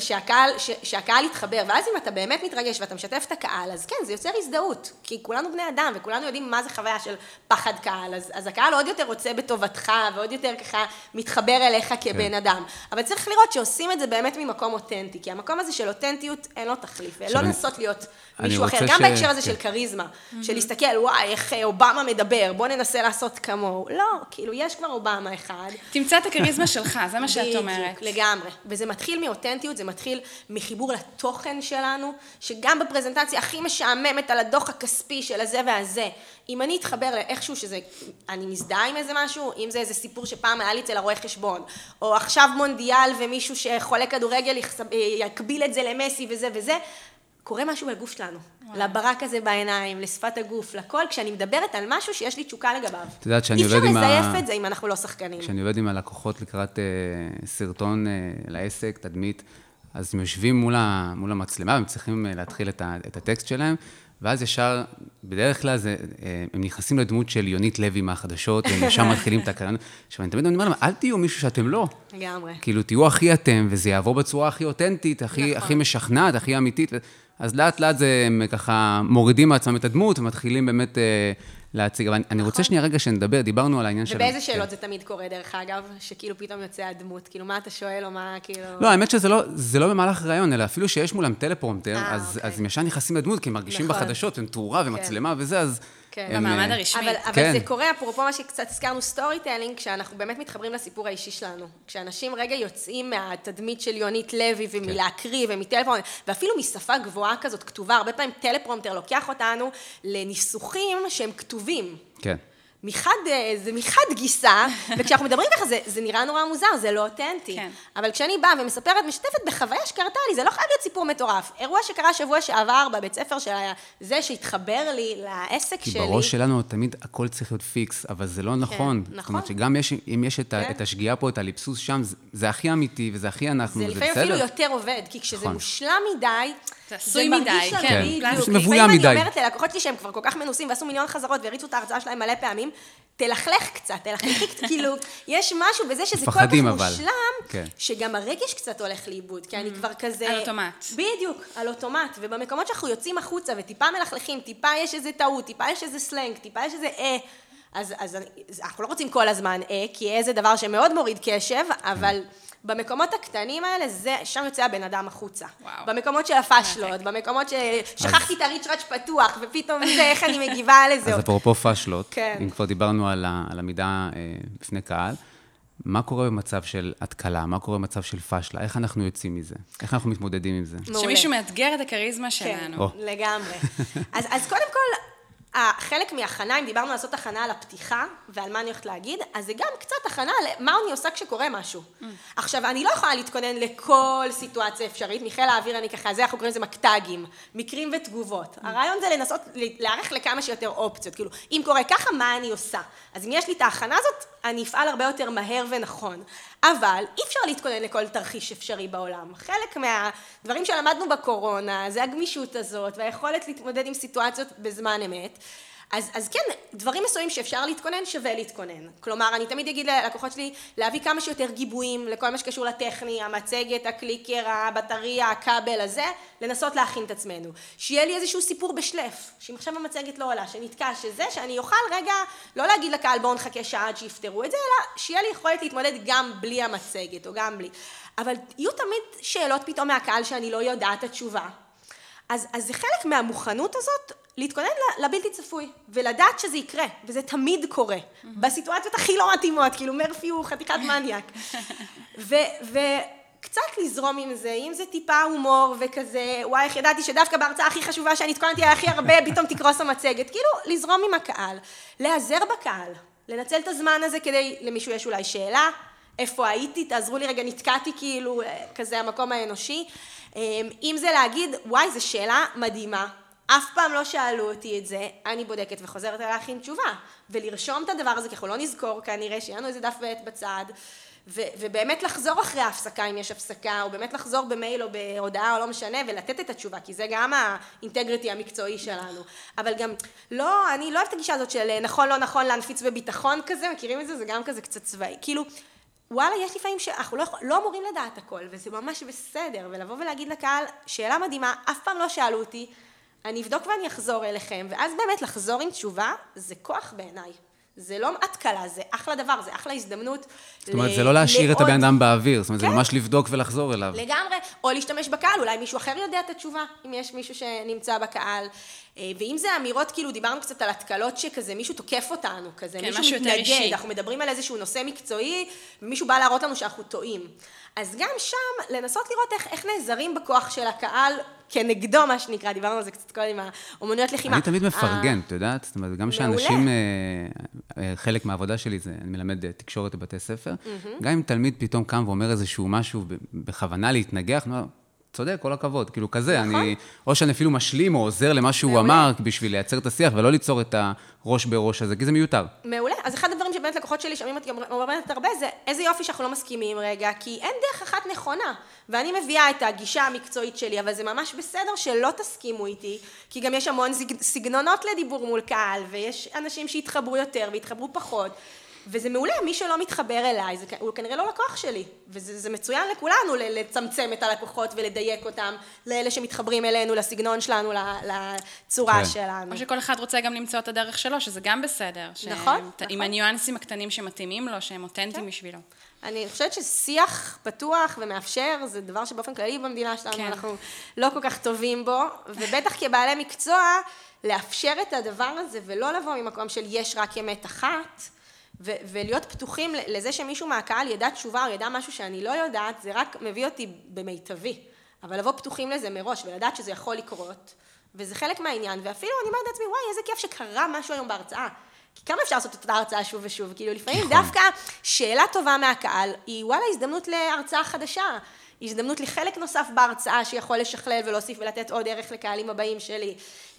[SPEAKER 3] שהקהל יתחבר. ואז אם אתה באמת מתרגש ואתה משתף את הקהל, אז כן, זה יוצר הזדהות. כי כולנו בני אדם, וכולנו יודעים מה זה חוויה של פחד קהל. אז הקהל עוד יותר רוצה בטובתך, ועוד יותר ככה מתחבר אליך כבן אדם. אבל צריך לראות שעושים את זה באמת ממקום אותנטי. כי המקום הזה של אותנטיות אין לו תחליף, ולא לנסות להיות מישהו אחר. גם בהקשר הזה של כריזמה, של להסתכל, וואי, איך אובמה מדבר, בוא ננסה לעשות כמוהו. לא, כאילו, יש כבר אובמה אחד.
[SPEAKER 1] תמצא את הכריזמה שלך, זה מה שאת אומרת.
[SPEAKER 3] לגמרי. וזה מתחיל מאותנטיות, זה מתחיל מחיבור לתוכן שלנו, שגם בפרזנטציה הכי משעממת על הדוח הכספי של הזה והזה, אם אני אתחבר לאיכשהו שזה, אני מזדהה עם איזה משהו, אם זה איזה סיפור שפעם היה לי אצל הרואה חשבון, או עכשיו מונדיאל ומישהו שחולה כדורגל יקביל את זה למסי וזה וזה, קורה משהו בגוף שלנו, לברק הזה בעיניים, לשפת הגוף, לכל, כשאני מדברת על משהו שיש לי תשוקה לגביו.
[SPEAKER 2] את יודעת שאני עובד עם
[SPEAKER 3] אי אפשר לזייף את זה אם אנחנו לא שחקנים.
[SPEAKER 2] כשאני עובד עם הלקוחות לקראת סרטון לעסק, תדמית, אז הם יושבים מול המצלמה, והם צריכים להתחיל את הטקסט שלהם, ואז ישר, בדרך כלל הם נכנסים לדמות של יונית לוי מהחדשות, והם ישר מתחילים את הקריינות. עכשיו, אני תמיד אומר להם, אל תהיו מישהו שאתם לא.
[SPEAKER 3] לגמרי.
[SPEAKER 2] כאילו, תהיו הכי אתם, וזה יעבור בצורה הכי אותנטית, הכי משכנעת, הכי אמיתית. אז לאט לאט הם ככה מורידים מעצמם את הדמות, ומתחילים באמת להציג. אבל אני רוצה שנייה רגע שנדבר, דיברנו על העניין של...
[SPEAKER 3] ובאיזה שאלות זה תמיד קורה, דרך אגב, שכאילו פתאום יוצא הדמות? כאילו, מה אתה שואל, או מה, כאילו...
[SPEAKER 2] לא, האמת שזה לא במהלך הרעיון, אלא אפילו שיש מולם טלפרומפטר, אז הם ישר נכנסים לדמות, כי הם מרגישים בחדשות, והם תאורה ומצלמה וזה, אז...
[SPEAKER 1] במעמד הרשמי.
[SPEAKER 3] אבל זה קורה, אפרופו מה שקצת הזכרנו סטורי טיילינג, כשאנחנו באמת מתחברים לסיפור האישי שלנו. כשאנשים רגע יוצאים מהתדמית של יונית לוי, ומלהקריא, ומטלפרומפטר, ואפילו משפה גבוהה כזאת כתובה, הרבה פעמים טלפרומפטר לוקח אותנו לניסוחים שהם כתובים.
[SPEAKER 2] כן.
[SPEAKER 3] זה מחד גיסה, וכשאנחנו מדברים ככה, זה נראה נורא מוזר, זה לא אותנטי.
[SPEAKER 1] כן.
[SPEAKER 3] אבל כשאני באה ומספרת, משתפת בחוויה שקרתה לי, זה לא חייב להיות סיפור מטורף. אירוע שקרה שבוע שעבר בבית ספר של זה שהתחבר לי לעסק שלי.
[SPEAKER 2] כי בראש שלנו תמיד הכל צריך להיות פיקס, אבל זה לא נכון.
[SPEAKER 3] נכון.
[SPEAKER 2] זאת אומרת שגם אם יש את השגיאה פה, את הליפסוס שם, זה הכי אמיתי, וזה הכי אנחנו,
[SPEAKER 3] זה לפעמים אפילו יותר עובד, כי כשזה מושלם מדי,
[SPEAKER 1] זה מרגיש
[SPEAKER 3] לנו,
[SPEAKER 1] כן,
[SPEAKER 3] בדיוק.
[SPEAKER 2] מבוים מדי.
[SPEAKER 3] אני אומרת ללקוחות שלי שהם כבר כל כך מנוסים ועשו מיליון חזרות והריצו את ההרצאה שלהם מלא פעמים, תלכלך קצת, כאילו, יש משהו בזה שזה כל כך מושלם, שגם הרגש קצת הולך לאיבוד, כי אני כבר כזה...
[SPEAKER 1] על אוטומט.
[SPEAKER 3] בדיוק, על אוטומט, ובמקומות שאנחנו יוצאים החוצה וטיפה מלכלכים, טיפה יש איזה טעות, טיפה יש איזה סלנג, טיפה יש איזה אז אנחנו לא רוצים כל הזמן כי זה דבר שמאוד מוריד קשב, אבל... במקומות הקטנים האלה, שם יוצא הבן אדם החוצה. במקומות של הפשלות, במקומות ששכחתי את הריצ'ראץ' פתוח, ופתאום זה איך אני מגיבה לזה.
[SPEAKER 2] אז אפרופו פשלות, אם כבר דיברנו על עמידה בפני קהל, מה קורה במצב של התקלה? מה קורה במצב של פשלה? איך אנחנו יוצאים מזה? איך אנחנו מתמודדים עם זה?
[SPEAKER 1] שמישהו מאתגר את הכריזמה שלנו.
[SPEAKER 3] כן, לגמרי. אז קודם כל, חלק מהכנה, אם דיברנו לעשות הכנה על הפתיחה ועל מה אני הולכת להגיד, אז זה גם קצת הכנה על מה אני עושה כשקורה משהו. עכשיו, אני לא יכולה להתכונן לכל סיטואציה אפשרית, מחיל האוויר אני ככה, זה אנחנו קוראים לזה מקטגים, מקרים ותגובות. הרעיון זה לנסות להערך לכמה שיותר אופציות, כאילו, אם קורה ככה, מה אני עושה? אז אם יש לי את ההכנה הזאת, אני אפעל הרבה יותר מהר ונכון. אבל אי אפשר להתכונן לכל תרחיש אפשרי בעולם. חלק מהדברים שלמדנו בקורונה, זה הגמישות הזאת, והיכולת להתמודד עם סיטואציות בזמן אמת. אז כן, דברים מסוימים שאפשר להתכונן, שווה להתכונן. כלומר, אני תמיד אגיד ללקוחות שלי, להביא כמה שיותר גיבויים לכל מה שקשור לטכני, המצגת, הקליקר, הבטריה, הכבל הזה, לנסות להכין את עצמנו. שיהיה לי איזשהו סיפור בשלף, שאם עכשיו המצגת לא עולה, שנתקע, שאני אוכל רגע, לא להגיד לקהל, בואו נחכה שעה עד שיפתרו את זה, אלא שיהיה לי יכולת להתמודד גם בלי המצגת, או גם בלי. אבל יהיו תמיד שאלות פתאום מהקהל שאני לא יודעת התשובה. אז זה חלק מהמוכנות הזאת, להתכונן לבלתי צפוי, ולדעת שזה יקרה, וזה תמיד קורה, בסיטואציות הכי לא מתאימות, כאילו מרפי הוא חתיכת מניאק. וקצת לזרום עם זה, אם זה טיפה הומור וכזה, וואי, איך ידעתי שדווקא בהרצאה הכי חשובה שאני התכוננתי הכי הרבה, פתאום תקרוס המצגת, כאילו לזרום עם הקהל, להיעזר בקהל, לנצל את הזמן הזה כדי, למישהו יש אולי שאלה, איפה הייתי, תעזרו לי רגע, נתקעתי כאילו, כזה המקום האנושי, אם זה להגיד, וואי, זו שאלה מדהימה, אף פעם לא שאלו אותי את זה, אני בודקת וחוזרת להכין תשובה, ולרשום את הדבר הזה, כי אנחנו לא נזכור, כנראה שיהיה לנו איזה דף ועט בצד, ובאמת לחזור אחרי ההפסקה, אם יש הפסקה, או באמת לחזור במייל או בהודעה, או לא משנה, ולתת את התשובה, כי זה גם האינטגריטי המקצועי שלנו. אבל גם, לא, אני לא אוהבת את הגישה הזאת של נכון, לא נכון, להנפיץ בביטחון כזה, מכירים את זה? זה גם כזה קצת צבאי. כאילו, וואלה, יש לפעמים שאנחנו לא אמורים לדעת הכל, וזה ממש בסדר, ולבוא ולהגיד לקהל, שאלה מדהימה, אף פעם לא שאלו אותי, אני אבדוק ואני אחזור אליכם, ואז באמת לחזור עם תשובה, זה כוח בעיניי. זה לא מעט קלה, זה אחלה דבר, זה אחלה הזדמנות.
[SPEAKER 2] זאת אומרת, זה לא להשאיר את הבן אדם באוויר, זאת אומרת, זה ממש לבדוק ולחזור אליו.
[SPEAKER 3] לגמרי, או להשתמש בקהל, אולי מישהו אחר יודע את התשובה, אם יש מישהו שנמצא בקהל. ואם זה אמירות, כאילו, דיברנו קצת על התקלות שכזה, מישהו תוקף אותנו, כזה, מישהו מתנגד, אנחנו מדברים על איזשהו נושא מקצועי, ומישהו בא להראות לנו שאנחנו טועים. אז גם שם, לנסות לראות איך נעזרים בכוח של הקהל, כנגדו, מה שנקרא, דיברנו על זה קצת קודם, האומנויות לחימה.
[SPEAKER 2] אני תמיד מפרגן, אתה יודעת? זאת אומרת, גם שאנשים, חלק מהעבודה שלי, אני מלמד תקשורת בבתי ספר, גם אם תלמיד פתאום קם ואומר איזשהו משהו בכוונה להתנגח, צודק, כל הכבוד, כאילו כזה, או שאני אפילו משלים או עוזר למה שהוא אמר, בשביל לייצר את השיח, ולא ליצור את הראש בראש הזה, כי זה מיותר.
[SPEAKER 3] מעולה, אז אחד הדברים שבאמת לקוחות שלי שומעים אותי אומרת הרבה, זה איזה יופי שאנחנו לא מסכימים רגע, כי אין דרך אחת נכונה, ואני מביאה את הגישה המקצועית שלי, אבל זה ממש בסדר שלא תסכימו איתי, כי גם יש המון סגנונות לדיבור מול קהל, ויש אנשים שהתחברו יותר והתחברו פחות, וזה מעולה, מי שלא מתחבר אליי, הוא כנראה לא לקוח שלי, וזה מצוין לכולנו לצמצם את הלקוחות ולדייק אותם, לאלה שמתחברים אלינו, לסגנון שלנו, לצורה שלנו.
[SPEAKER 1] או שכל אחד רוצה גם למצוא את הדרך שלו, שזה גם בסדר.
[SPEAKER 3] נכון.
[SPEAKER 1] עם הניואנסים הקטנים שמתאימים לו, שהם אותנטיים בשבילו.
[SPEAKER 3] אני חושבת ששיח פתוח ומאפשר, זה דבר שבאופן כללי במדינה שלנו, אנחנו לא כל כך טובים בו, ובטח כבעלי מקצוע, לאפשר את הדבר הזה, ולא לבוא ממקום של יש רק אמת אחת, ולהיות פתוחים לזה שמישהו מהקהל ידע תשובה או ידע משהו שאני לא יודעת, זה רק מביא אותי במיטבי. אבל לבוא פתוחים לזה מראש ולדעת שזה יכול לקרות, וזה חלק מהעניין. ואפילו אני אומרת לעצמי, וואי, איזה כיף שקרה משהו היום בהרצאה. כי כמה אפשר לעשות את ההרצאה שוב ושוב? כאילו לפעמים דווקא שאלה טובה מהקהל היא וואלה הזדמנות להרצאה חדשה. הזדמנות לי חלק נוסף בהרצאה שיכול לשכלל ולהוסיף ולתת עוד ערך לקהלים הבאים שלי.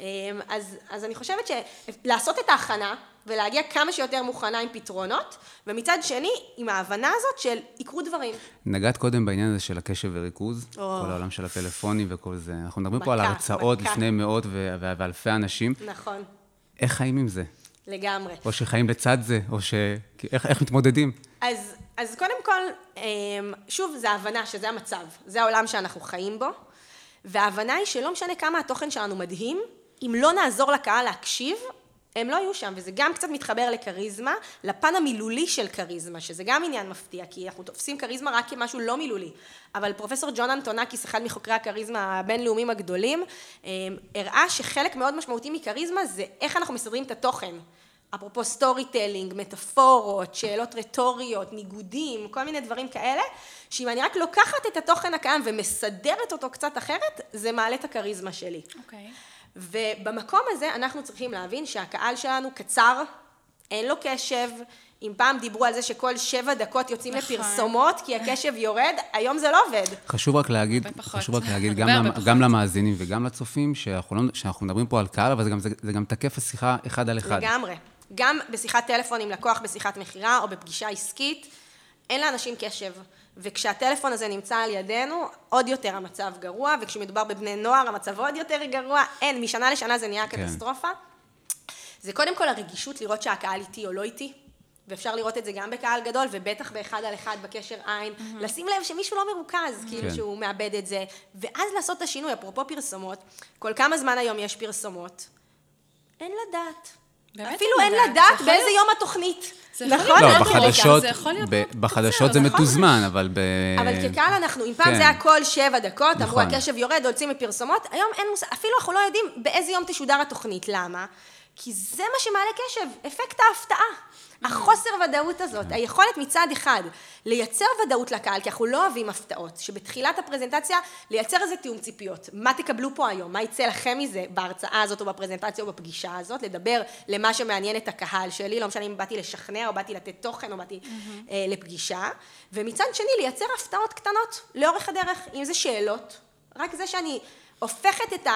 [SPEAKER 3] אז אני חושבת שלעשות את ההכנה ולהגיע כמה שיותר מוכנה עם פתרונות, ומצד שני, עם ההבנה הזאת של יקרו דברים.
[SPEAKER 2] נגעת קודם בעניין הזה של הקשב וריכוז, כל העולם של הפלאפונים וכל זה. אנחנו מדברים פה על הרצאות לפני מאות ואלפי אנשים.
[SPEAKER 3] נכון.
[SPEAKER 2] איך חיים עם זה?
[SPEAKER 3] לגמרי.
[SPEAKER 2] או שחיים לצד זה, או איך מתמודדים?
[SPEAKER 3] אז קודם כל, שוב, זה ההבנה שזה המצב, זה העולם שאנחנו חיים בו, וההבנה היא שלא משנה כמה התוכן שלנו מדהים, אם לא נעזור לקהל להקשיב, הם לא יהיו שם, וזה גם קצת מתחבר לקריזמה, לפן המילולי של קריזמה, שזה גם עניין מפתיע, כי אנחנו תופסים קריזמה רק כמשהו לא מילולי, אבל פרופסור ג'ון אנטונקיס, אחד מחוקרי הקריזמה הבינלאומיים הגדולים, הראה שחלק מאוד משמעותי מקריזמה זה איך אנחנו מסדרים את התוכן. אפרופו סטורי טלינג, מטאפורות, שאלות רטוריות, ניגודים, כל מיני דברים כאלה, שאם אני רק לוקחת את התוכן הקיים ומסדרת אותו קצת אחרת, זה מעלה את הקריזמה שלי.
[SPEAKER 1] אוקיי.
[SPEAKER 3] ובמקום הזה אנחנו צריכים להבין שהקהל שלנו קצר, אין לו קשב, אם פעם דיברו על זה שכל 7 דקות יוצאים לפרסומות, כי הקשב יורד, היום זה לא עובד.
[SPEAKER 2] חשוב רק להגיד גם למאזינים וגם לצופים, שאנחנו מדברים פה על קהל, אבל זה גם תקף השיחה אחד על אחד.
[SPEAKER 3] לגמרי. גם בשיחת טלפון עם לקוח בשיחת מחירה, או בפגישה עסקית, אין לאנשים קשב. וכשהטלפון הזה נמצא על ידינו, עוד יותר המצב גרוע, וכשמדובר בבני נוער, המצב עוד יותר גרוע, אין, משנה לשנה זה נהיה קטסטרופה. זה קודם כל הרגישות לראות שהקהל איתי או לא איתי, ואפשר לראות את זה גם בקהל גדול, ובטח באחד על אחד בקשר עין, לשים לב שמישהו לא מרוכז, כאילו שהוא מאבד את זה, ואז לעשות את השינוי, אפרופו פרסומות, כל כמה זמן היום יש פרסומות, אין לדעת. אפילו אין לדעת באיזה יום התוכנית.
[SPEAKER 2] נכון? לא, בחדשות זה מתוזמן, אבל
[SPEAKER 3] כקהל אנחנו, אם פעם זה היה כל 7 דקות, אמרו הקשב יורד, הולצים מפרסומות, היום אין מושג, אפילו אנחנו לא יודעים באיזה יום תשודר התוכנית. למה? כי זה מה שמעלה קשב, אפקט ההפתעה. החוסר ודאות הזאת, היכולת מצד אחד לייצר ודאות לקהל, כי אנחנו לא אוהבים הפתעות, שבתחילת הפרזנטציה לייצר איזה תיאום ציפיות. מה תקבלו פה היום? מה יצא לכם מזה בהרצאה הזאת או בפרזנטציה או בפגישה הזאת? לדבר למה שמעניין את הקהל שלי, לא משנה אם באתי לשכנע או באתי לתת תוכן או באתי לפגישה. ומצד שני לייצר הפתעות קטנות לאורך הדרך, אם זה שאלות, רק זה שאני הופכת את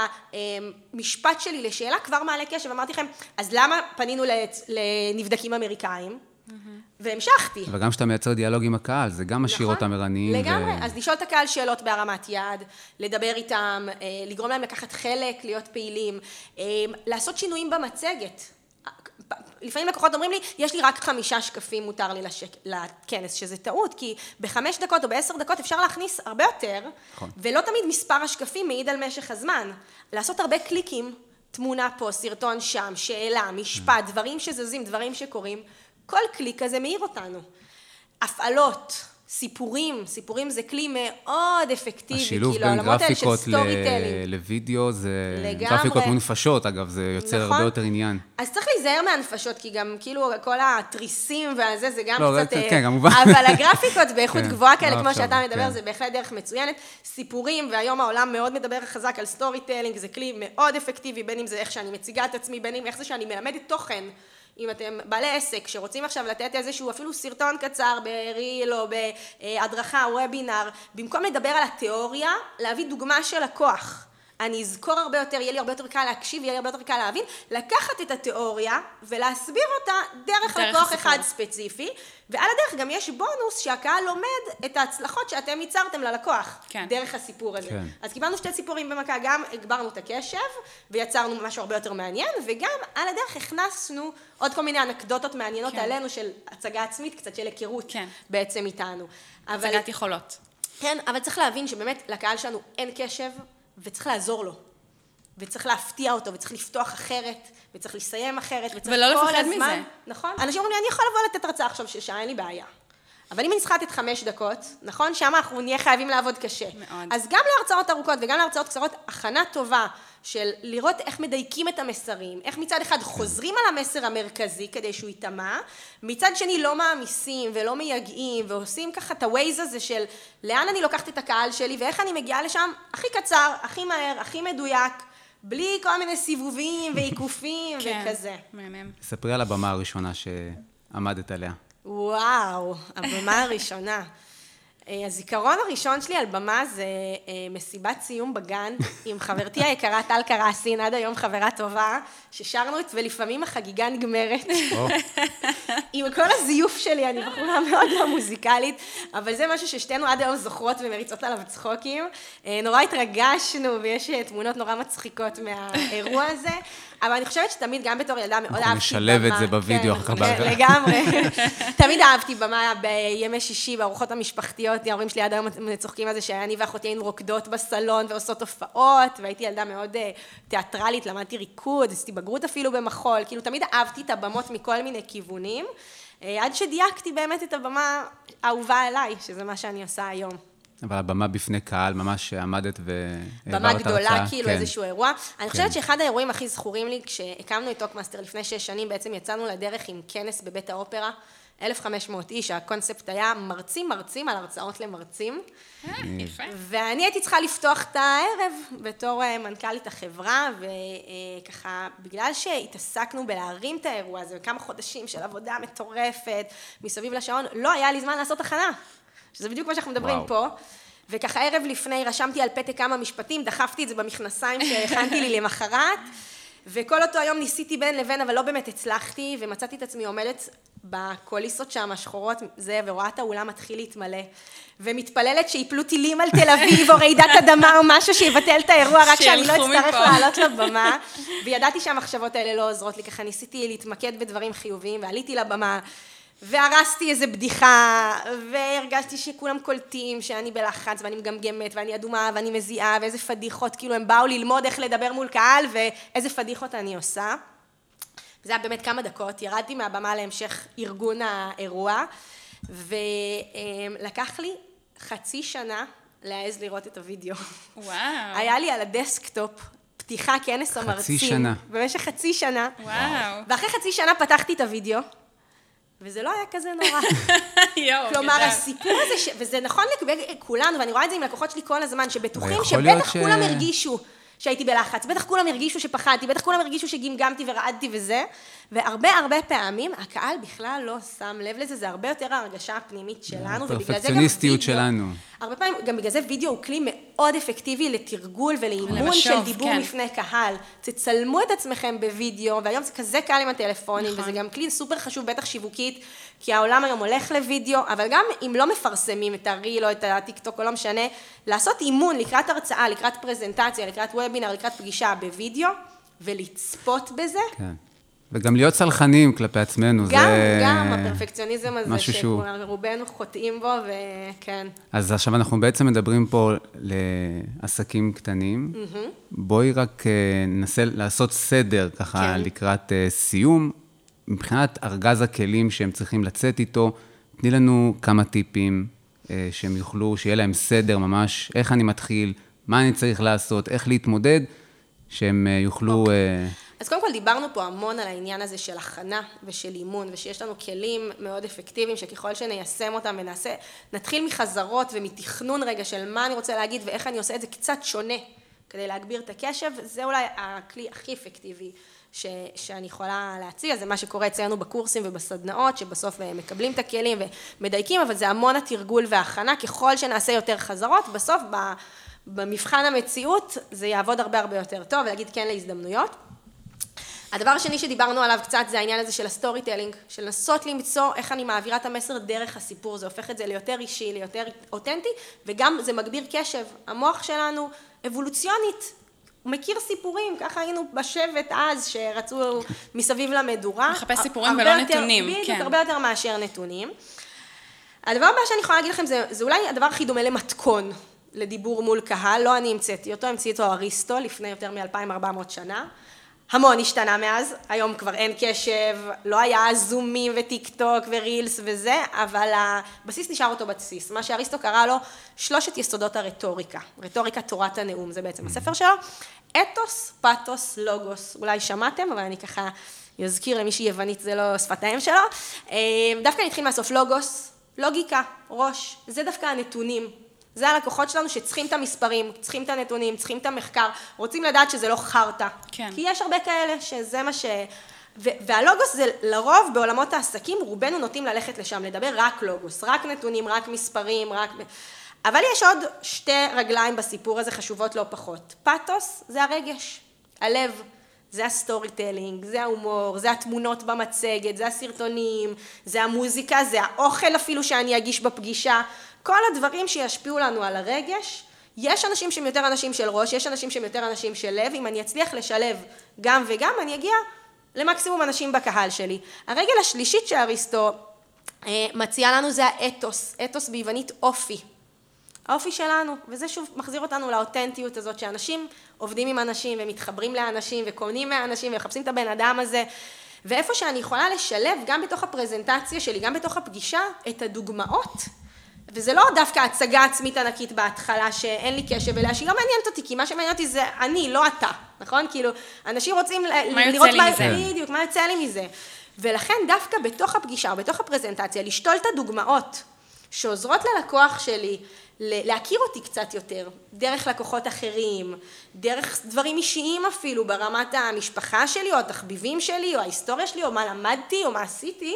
[SPEAKER 3] המשפט שלי לשאלה כבר מעלה קשב, אמרתי לכם, אז למה פנינו לנבדקים אמריקאים? והמשכתי.
[SPEAKER 2] וגם שאתה מייצר דיאלוג עם הקהל, זה גם משאיר אותם ערניים.
[SPEAKER 3] לגמרי, אז לשאול את הקהל שאלות בהרמת יד, לדבר איתם, לגרום להם לקחת חלק, להיות פעילים, לעשות שינויים במצגת. לפעמים לקוחות אומרים לי, יש לי רק 5 שקפים מותר לי לכנס, שזה טעות, כי ב5 דקות או ב10 דקות אפשר להכניס הרבה יותר, ולא תמיד מספר השקפים מעיד על משך הזמן. לעשות הרבה קליקים, תמונה פה, סרטון שם, שאלה, משפט, דברים שזזים, דברים שקורים, כל קליק כזה מאיר אותנו. הפעלות, סיפורים זה כלי מאוד אפקטיבי,
[SPEAKER 2] השילוב בין גרפיקות לוידאו, זה גרפיקות מונפשות, אגב, זה יוצר הרבה יותר עניין.
[SPEAKER 3] אז צריך להיזהר מהנפשות, כי גם כאילו כל התריסים והזה, זה גם קצת...
[SPEAKER 2] כן, כמובן.
[SPEAKER 3] אבל הגרפיקות באיכות גבוהה כאלה, כמו שאתה מדבר, זה בהחלט דרך מצוינת. סיפורים, והיום העולם מאוד מדבר חזק על סטורי טיילינג, זה כלי מאוד אפקטיבי, בין אם זה איך שאני מציגה את עצמי, בין אם איך זה שאני מלמדת תוכן. אם אתם בעלי עסק שרוצים עכשיו לתת איזשהו אפילו סרטון קצר בריל או בהדרכה או וובינר, במקום לדבר על התיאוריה, להביא דוגמה של לקוח. אני אזכור הרבה יותר, יהיה לי הרבה יותר קל להקשיב, יהיה לי הרבה יותר קל להבין, לקחת את התיאוריה ולהסביר אותה דרך לקוח אחד ספציפי, ועל הדרך גם יש בונוס שהקהל לומד את ההצלחות שאתם ייצרתם ללקוח, דרך הסיפור הזה. אז קיבלנו 2 סיפורים במכה, גם הגברנו את הקשב, ויצרנו משהו הרבה יותר מעניין, וגם על הדרך הכנסנו עוד כל מיני אנקדוטות מעניינות עלינו של הצגה עצמית, קצת של היכרות בעצם איתנו.
[SPEAKER 1] הצגת יכולות.
[SPEAKER 3] כן, אבל צריך להבין שבאמת לקהל שלנו אין קשב, וצריך לעזור לו, וצריך להפתיע אותו, וצריך לפתוח אחרת, וצריך לסיים אחרת, וצריך
[SPEAKER 1] ולא לפחד מזה.
[SPEAKER 3] נכון? אנשים אומרים לי, אני יכול לבוא לתת הרצאה עכשיו של שעה, אין לי בעיה. אבל אם אני צריכה לתת 5 דקות, נכון? שם אנחנו נהיה חייבים לעבוד קשה.
[SPEAKER 1] מאוד.
[SPEAKER 3] אז גם להרצאות ארוכות וגם להרצאות קצרות, הכנה טובה של לראות איך מדייקים את המסרים, איך מצד אחד חוזרים על המסר המרכזי כדי שהוא יתאמה, מצד שני לא מעמיסים ולא מייגעים, ועושים ככה את הווייז הזה של לאן אני לוקחת את הקהל שלי, ואיך אני מגיעה לשם הכי קצר, הכי מהר, הכי מדויק, בלי כל מיני סיבובים ועיקופים וכזה.
[SPEAKER 2] ספרי על הבמה הראשונה שעמדת עליה.
[SPEAKER 3] וואו, הבמה הראשונה. הזיכרון הראשון שלי על במה זה מסיבת סיום בגן עם חברתי היקרה טל קרסין, עד היום חברה טובה, ששרנו את ולפעמים החגיגה נגמרת. עם כל הזיוף שלי, אני בחורה מאוד לא מוזיקלית, אבל זה משהו ששתינו עד היום זוכרות ומריצות עליו צחוקים. נורא התרגשנו ויש תמונות נורא מצחיקות מהאירוע הזה. אבל אני חושבת שתמיד, גם בתור ילדה, מאוד אהבתי במה.
[SPEAKER 2] אנחנו נשלב את זה בווידאו אחר כך.
[SPEAKER 3] לגמרי. תמיד אהבתי במה בימי שישי, בארוחות המשפחתיות. ההורים שלי עד היום צוחקים על זה שאני ואחותי היינו רוקדות בסלון ועושות הופעות, והייתי ילדה מאוד תיאטרלית, למדתי ריקוד, עשיתי בגרות אפילו במחול. כאילו, תמיד אהבתי את הבמות מכל מיני כיוונים, עד שדייקתי באמת את הבמה האהובה עליי, שזה מה שאני עושה היום.
[SPEAKER 2] אבל הבמה בפני קהל, ממש עמדת והעברת
[SPEAKER 3] במה גדולה, כאילו איזשהו אירוע. אני חושבת שאחד האירועים הכי זכורים לי, כשהקמנו את טוקמאסטר לפני 6 שנים, בעצם יצאנו לדרך עם כנס בבית האופרה, 1,500 איש, הקונספט היה מרצים על הרצאות למרצים.
[SPEAKER 1] יפה.
[SPEAKER 3] ואני הייתי צריכה לפתוח את הערב בתור מנכ"לית החברה, וככה, בגלל שהתעסקנו בלהרים את האירוע הזה, וכמה חודשים של עבודה מטורפת, מסביב לשעון, לא היה לי זמן לעשות הכנה. שזה בדיוק מה שאנחנו מדברים פה, וככה ערב לפני רשמתי על פתק כמה משפטים, דחפתי את זה במכנסיים שהכנתי לי למחרת, וכל אותו היום ניסיתי בין לבין, אבל לא באמת הצלחתי, ומצאתי את עצמי עומדת בקוליסות שם, השחורות, זה, ורואה את האולם מתחיל להתמלא, ומתפללת שיפלו טילים על תל אביב, או רעידת אדמה, או משהו שיבטל את האירוע, רק שאני לא אצטרך לעלות לבמה, וידעתי שהמחשבות האלה לא עוזרות לי, ככה ניסיתי להתמקד בדברים חיוביים, ועליתי לבמה, והרסתי איזה בדיחה, והרגשתי שכולם קולטים, שאני בלחץ, ואני מגמגמת, ואני אדומה, ואני מזיעה, ואיזה פדיחות, כאילו הם באו ללמוד איך לדבר מול קהל, ואיזה פדיחות אני עושה. וזה היה באמת כמה דקות, ירדתי מהבמה להמשך ארגון האירוע, ולקח לי חצי שנה להעז לראות את הוידאו.
[SPEAKER 1] וואו.
[SPEAKER 3] היה לי על הדסקטופ פתיחה כנס המרצים.
[SPEAKER 2] חצי שנה.
[SPEAKER 3] במשך חצי שנה.
[SPEAKER 1] וואו.
[SPEAKER 3] ואחרי חצי שנה פתחתי את הוידאו, וזה לא היה כזה נורא. כלומר, הסיפור הזה, וזה נכון לגבי כולנו, ואני רואה את זה עם לקוחות שלי כל הזמן, שבטוחים שבטח כולם הרגישו שהייתי בלחץ, בטח כולם הרגישו שפחדתי, בטח כולם הרגישו שגמגמתי ורעדתי וזה, והרבה פעמים הקהל בכלל לא שם לב לזה, זה הרבה יותר ההרגשה הפנימית שלנו,
[SPEAKER 2] הפרפקציוניסטיות שלנו.
[SPEAKER 3] הרבה פעמים, גם בגלל זה וידאו הוא כלי מאוד אפקטיבי לתרגול ולאימון של דיבור לפני קהל. תצלמו את עצמכם בוידאו, והיום זה כזה קל עם הטלפונים, וזה גם כלי סופר חשוב, בטח שיווקית, כי העולם היום הולך לוידאו, אבל גם אם לא מפרסמים את הריל או את הטיקטוק או לא משנה, לעשות אימון לקראת הרצאה, לקראת פרזנטציה, לקראת וובינר, לקראת פגישה בוידאו, ולצפות בזה.
[SPEAKER 2] כן. וגם להיות סלחנים כלפי עצמנו, זה...
[SPEAKER 3] גם הפרפקציוניזם הזה, שרובנו חוטאים בו, וכן.
[SPEAKER 2] אז עכשיו אנחנו בעצם מדברים פה לעסקים קטנים. בואי רק ננסה לעשות סדר ככה לקראת סיום. מבחינת ארגז הכלים שהם צריכים לצאת איתו, תני לנו כמה טיפים שהם יוכלו, שיהיה להם סדר ממש, איך אני מתחיל, מה אני צריך לעשות, איך להתמודד, שהם יוכלו...
[SPEAKER 3] אז קודם כל דיברנו פה המון על העניין הזה של הכנה ושל אימון, ושיש לנו כלים מאוד אפקטיביים, שככל שניישם אותם נתחיל מחזרות ומתכנון רגע של מה אני רוצה להגיד, ואיך אני עושה את זה קצת שונה, כדי להגביר את הקשב, זה אולי הכלי הכי אפקטיבי שאני יכולה להציע, זה מה שקורה אצלנו בקורסים ובסדנאות, שבסוף מקבלים את הכלים ומדייקים, אבל זה המון התרגול וההכנה, ככל שנעשה יותר חזרות, בסוף במבחן המציאות זה יעבוד הרבה יותר טוב, ולהגיד כן להזדמנויות. הדבר השני שדיברנו עליו קצת זה העניין הזה של הסטורי טלינג, של לנסות למצוא איך אני מעבירה את המסר דרך הסיפור, זה הופך את זה ליותר אישי, ליותר אותנטי, וגם זה מגביר קשב. המוח שלנו אבולוציונית, הוא מכיר סיפורים, ככה היינו בשבט אז שרצו מסביב למדורה.
[SPEAKER 1] מחפש סיפורים ולא נתונים.
[SPEAKER 3] בדיוק, הרבה יותר מאשר נתונים. הדבר הבא שאני יכולה להגיד לכם זה אולי הדבר הכי דומה למתכון לדיבור מול קהל, לא אני המצאתי אותו, המציא אותו אריסטו לפני יותר מ-2400 שנה. המון השתנה מאז, היום כבר אין קשב, לא היה זומים וטיק טוק ורילס וזה, אבל הבסיס נשאר אותו בסיס. מה שאריסטו קרא לו 3 יסודות הרטוריקה, רטוריקה תורת הנאום, זה בעצם הספר שלו. אתוס, פאתוס, לוגוס, אולי שמעתם, אבל אני ככה אזכיר למי שהיא יוונית, זה לא שפת האם שלו. דווקא נתחיל מהסוף, לוגוס, לוגיקה, ראש, זה דווקא הנתונים. זה הלקוחות שלנו שצריכים את המספרים, צריכים את הנתונים, צריכים את המחקר, רוצים לדעת שזה לא חרטה.
[SPEAKER 1] כן.
[SPEAKER 3] כי יש הרבה כאלה שזה מה והלוגוס זה לרוב בעולמות העסקים, רובנו נוטים ללכת לשם, לדבר רק לוגוס, רק נתונים, רק מספרים, אבל יש עוד 2 רגליים בסיפור הזה חשובות לא פחות. פאתוס זה הרגש, הלב, זה הסטורי טלינג, זה ההומור, זה התמונות במצגת, זה הסרטונים, זה המוזיקה, זה האוכל אפילו שאני אגיש בפגישה, כל הדברים שישפיעו לנו על הרגש, יש אנשים שהם יותר אנשים של ראש, יש אנשים שהם יותר אנשים של לב, אם אני אצליח לשלב גם וגם, אני אגיע למקסימום אנשים בקהל שלי. הרגל השלישית שאריסטו מציע לנו זה האתוס, אתוס ביוונית אופי. האופי שלנו, וזה שוב מחזיר אותנו לאותנטיות הזאת, שאנשים עובדים עם אנשים ומתחברים לאנשים וקונים מהאנשים ומחפשים את הבן אדם הזה, ואיפה שאני יכולה לשלב גם בתוך הפרזנטציה שלי, גם בתוך הפגישה, את הדוגמאות, וזה לא דווקא הצגה עצמית ענקית בהתחלה שאין לי קשב אליה, שהיא לא מעניינת אותי, כי מה שמעניין אותי זה אני, לא אתה, נכון? כאילו, אנשים רוצים לראות מה יוצא לי מזה. ולכן דווקא בתוך הפגישה או בתוך הפרזנטציה, לשתול את הדוגמאות שעוזרות ללקוח שלי להכיר אותי קצת יותר, דרך לקוחות אחרים, דרך דברים אישיים אפילו, ברמת המשפחה שלי או התחביבים שלי או ההיסטוריה שלי או מה למדתי או מה עשיתי,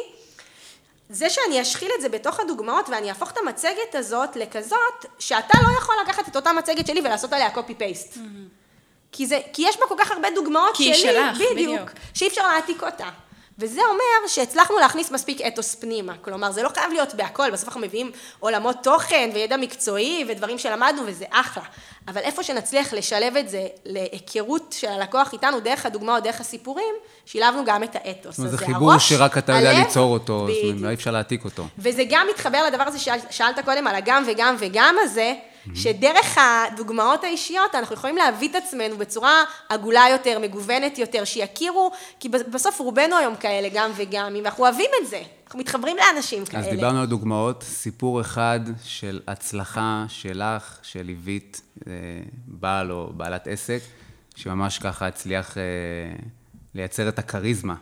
[SPEAKER 3] זה שאני אשחיל את זה בתוך הדוגמאות ואני אהפוך את המצגת הזאת לכזאת, שאתה לא יכול לקחת את אותה מצגת שלי ולעשות עליה קופי פייסט. כי יש בה כל כך הרבה דוגמאות שלי,
[SPEAKER 1] שלך,
[SPEAKER 3] בדיוק, שאי אפשר להעתיק אותה. וזה אומר שהצלחנו להכניס מספיק אתוס פנימה. כלומר, זה לא חייב להיות בהכל, בסוף אנחנו מביאים עולמות תוכן וידע מקצועי ודברים שלמדנו, וזה אחלה. אבל איפה שנצליח לשלב את זה להיכרות של הלקוח איתנו, דרך הדוגמה או דרך הסיפורים, שילבנו גם את האתוס.
[SPEAKER 2] זה חיבור שרק אתה יודע ליצור אותו, לא אפשר להעתיק אותו.
[SPEAKER 3] וזה גם מתחבר לדבר הזה ששאלת קודם על הגם וגם וגם הזה, שדרך הדוגמאות האישיות אנחנו יכולים להביא את עצמנו בצורה עגולה יותר, מגוונת יותר, שיכירו, כי בסוף רובנו היום כאלה גם וגם, ואנחנו אוהבים את זה, אנחנו מתחברים לאנשים כאלה.
[SPEAKER 2] אז דיברנו על דוגמאות, סיפור אחד של הצלחה שלך, שליווית בעל או בעלת עסק, שממש ככה הצליח לייצר את הקריזמה.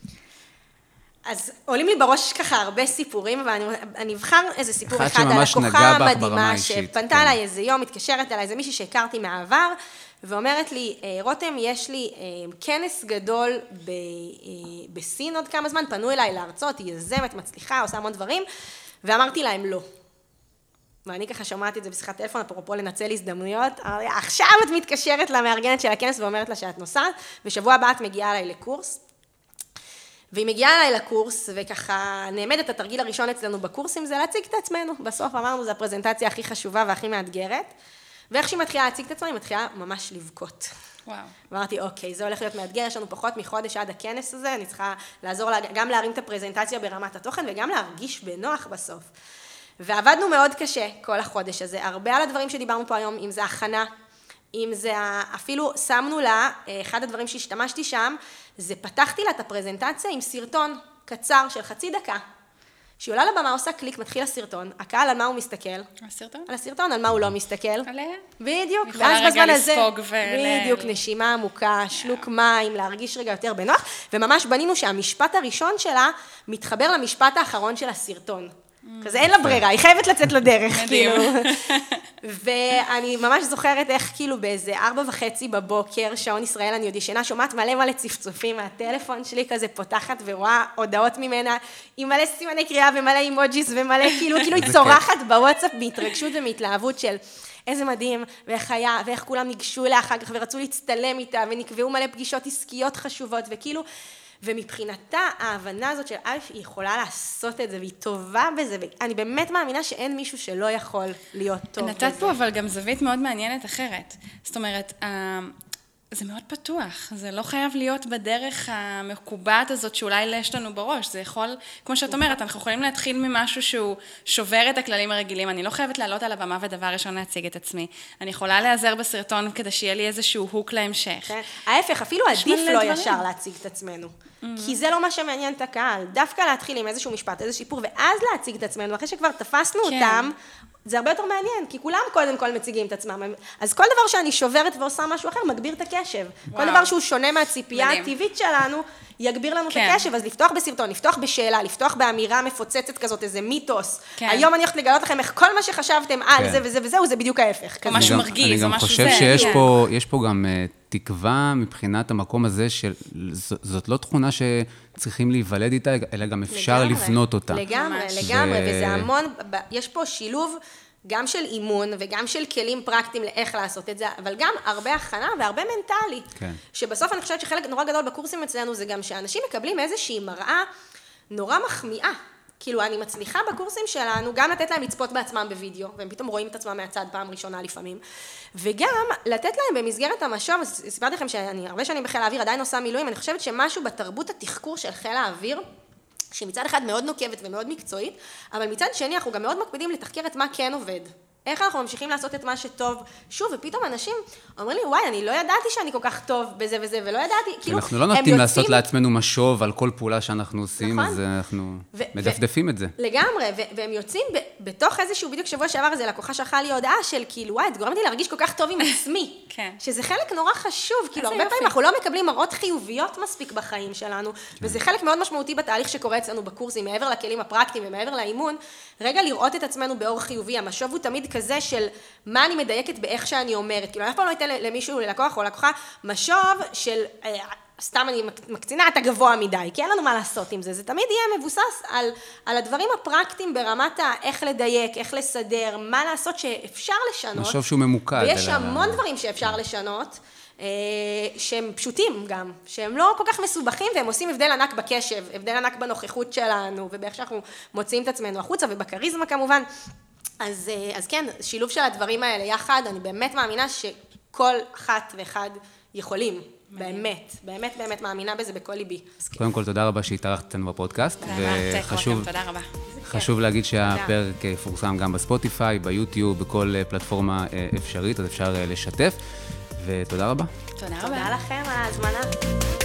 [SPEAKER 3] אז עולים לי בראש ככה הרבה סיפורים, ואני אבחר איזה סיפור אחד על
[SPEAKER 2] שממש
[SPEAKER 3] לקוחה
[SPEAKER 2] נגע בך ברמה
[SPEAKER 3] מדהימה,
[SPEAKER 2] האישית,
[SPEAKER 3] שפנתה
[SPEAKER 2] כן.
[SPEAKER 3] אליי איזה יום, מתקשרת אליי, זה מישהי שהכרתי מהעבר, ואומרת לי, רותם, יש לי כנס גדול בסין עוד כמה זמן, פנו אליי להרצות, היא יזמת, מצליחה, עושה המון דברים, ואמרתי להם לא. ואני ככה שומעת את זה בשיחת טלפון, אפרופו לנצל הזדמנויות, עכשיו את מתקשרת למארגנת של הכנס ואומרת לה שאת נוסעת, ושבוע הבא את מגיעה אליי לקורס, והיא מגיעה אליי לקורס, וככה נעמדת התרגיל הראשון אצלנו בקורסים, זה להציג את עצמנו. בסוף אמרנו, זו הפרזנטציה הכי חשובה והכי מאתגרת, ואיך שהיא מתחילה להציג את עצמנו, היא מתחילה ממש לבכות.
[SPEAKER 1] וואו.
[SPEAKER 3] אמרתי, אוקיי, זה הולך להיות מאתגר, יש לנו פחות מחודש עד הכנס הזה, אני צריכה לעזור לה, גם להרים את הפרזנטציה ברמת התוכן, וגם להרגיש בנוח בסוף. ועבדנו מאוד קשה כל החודש הזה, הרבה על הדברים שדיברנו פה היום, אם זה הכנה, אם זה אפילו שמנו לה, אחד הדברים שהשתמשתי שם, זה פתחתי לה את הפרזנטציה עם סרטון קצר של חצי דקה. שהיא עולה לבמה, עושה קליק, מתחיל הסרטון, הקהל על מה הוא מסתכל?
[SPEAKER 1] הסרטון?
[SPEAKER 3] על הסרטון, על מה הוא לא מסתכל?
[SPEAKER 1] עליה?
[SPEAKER 3] בדיוק.
[SPEAKER 1] יכולה רגע לספוג
[SPEAKER 3] בדיוק, נשימה עמוקה, שלוק מים, להרגיש רגע יותר בנוח, וממש בנינו שהמשפט הראשון שלה מתחבר למשפט האחרון של הסרטון. כזה אין לה ברירה, היא חייבת לצאת לדרך, כאילו. ואני ממש זוכרת איך כאילו באיזה 4:30 בבוקר, שעון ישראל, אני עוד ישנה, שומעת מלא צפצופים מהטלפון שלי, כזה פותחת ורואה הודעות ממנה, עם מלא סימני קריאה ומלא אימוג'יס ומלא כאילו היא צורחת בוואטסאפ בהתרגשות ומהתלהבות של איזה מדהים, ואיך היה, ואיך כולם ניגשו אליה אחר כך ורצו להצטלם איתה, ונקבעו מלא פגישות עסקיות חשובות, וכאילו, ומבחינתה ההבנה הזאת של א' היא יכולה לעשות את זה, והיא טובה בזה, ואני באמת מאמינה שאין מישהו שלא יכול להיות טוב בזה.
[SPEAKER 1] נתת פה אבל גם זווית מאוד מעניינת אחרת. זאת אומרת, זה מאוד פתוח, זה לא חייב להיות בדרך המקובעת הזאת שאולי יש לנו בראש, זה יכול, כמו שאת אומרת, אנחנו יכולים להתחיל ממשהו שהוא שובר את הכללים הרגילים, אני לא חייבת לעלות על הבמה ודבר ראשון להציג את עצמי, אני יכולה להיעזר בסרטון כדי שיהיה לי איזשהו הוק להמשך.
[SPEAKER 3] ההפך, אפילו עדיף לא ישר להציג את עצמנו, כי זה לא מה שמעניין את הקהל, דווקא להתחיל עם איזשהו משפט, איזה שיפור, ואז להציג את עצמנו, אחרי שכבר תפסנו אותם, זה הרבה יותר מעניין, כי כולם קודם כל מציגים את עצמם. אז כל דבר שאני שוברת ועושה משהו אחר, מגביר את הקשב. כל דבר שהוא שונה מהציפייה הטבעית שלנו, יגביר לנו את הקשב. אז לפתוח בסרטון, לפתוח בשאלה, לפתוח באמירה מפוצצת כזאת, איזה מיתוס. היום אני הולכת לגלות לכם איך כל מה שחשבתם על זה וזה וזהו, זה בדיוק ההפך.
[SPEAKER 1] משהו מרגיז, או משהו זה.
[SPEAKER 2] אני גם חושב שיש פה גם תקווה מבחינת המקום הזה, שזאת לא תכונה שצריכים להיוולד איתה, אלא גם אפשר לבנות אותה.
[SPEAKER 3] לגמרי, וזה המון, יש פה שילוב גם של אימון וגם של כלים פרקטיים לאיך לעשות את זה, אבל גם הרבה הכנה והרבה מנטלי. שבסוף אני חושבת שחלק נורא גדול בקורסים אצלנו זה גם שאנשים מקבלים איזושהי מראה נורא מחמיאה. כאילו, אני מצליחה בקורסים שלנו גם לתת להם לצפות בעצמם בווידאו, והם פתאום רואים את עצמם מהצד פעם ראשונה לפעמים, וגם לתת להם במסגרת המשוב, סיפרתי לכם שאני הרבה שנים בחיל האוויר עדיין עושה מילואים, אני חושבת שמשהו בתרבות התחקור של חיל האוויר, שמצד אחד מאוד נוקבת ומאוד מקצועית, אבל מצד שני אנחנו גם מאוד מקפידים לתחקר את מה כן עובד. איך אנחנו ממשיכים לעשות את מה שטוב. שוב, ופתאום אנשים אומרים לי, וואי, אני לא ידעתי שאני כל כך טוב בזה וזה, ולא ידעתי, כאילו,
[SPEAKER 2] אנחנו לא נוטים לעשות לעצמנו משוב על כל פעולה שאנחנו עושים, אז אנחנו מדפדפים את זה.
[SPEAKER 3] לגמרי, והם יוצאים בתוך איזשהו, בדיוק שבוע שעבר, איזה לקוחה שלחה לי הודעה של, כאילו, וואי, את גורמת לי להרגיש כל כך טוב עם עצמי. שזה חלק נורא חשוב, כאילו, הרבה פעמים אנחנו לא מקבלים מראות חיוביות מספיק בחיים שלנו, וזה חלק מאוד משמעותי בתהליך שקורה אצלנו בקורסים, מעבר לכלים הפרקטיים ומעבר לאימון, רגע לראות את עצמנו באור חיובי. המשוב הוא תמיד כזה של מה אני מדייקת באיך שאני אומרת. כאילו, אני אף פעם לא אתן למישהו, ללקוח או לקוחה, משוב של, סתם אני מקצינה, אתה גבוה מדי, כי אין לנו מה לעשות עם זה. זה תמיד יהיה מבוסס על הדברים הפרקטיים ברמת איך לדייק, איך לסדר, מה לעשות שאפשר לשנות.
[SPEAKER 2] משוב שהוא ממוקד.
[SPEAKER 3] ויש המון דברים שאפשר לשנות. שהם פשוטים גם, שהם לא כל כך מסובכים, והם עושים הבדל ענק בקשב, הבדל ענק בנוכחות שלנו, ובאיך שאנחנו מוציאים את עצמנו החוצה, ובקריזמה כמובן. אז כן, שילוב של הדברים האלה יחד, אני באמת מאמינה שכל אחת ואחד יכולים. באמת, באמת, באמת מאמינה בזה בכל ליבי.
[SPEAKER 2] קודם כל, תודה רבה שהתארחת אצלנו בפודקאסט.
[SPEAKER 4] תודה רבה.
[SPEAKER 2] חשוב להגיד שהפרק יפורסם גם בספוטיפיי, ביוטיוב, בכל פלטפורמה אפשרית, אז אפשר לשתף. ותודה רבה.
[SPEAKER 4] תודה רבה.
[SPEAKER 3] תודה לכם על ההזמנה.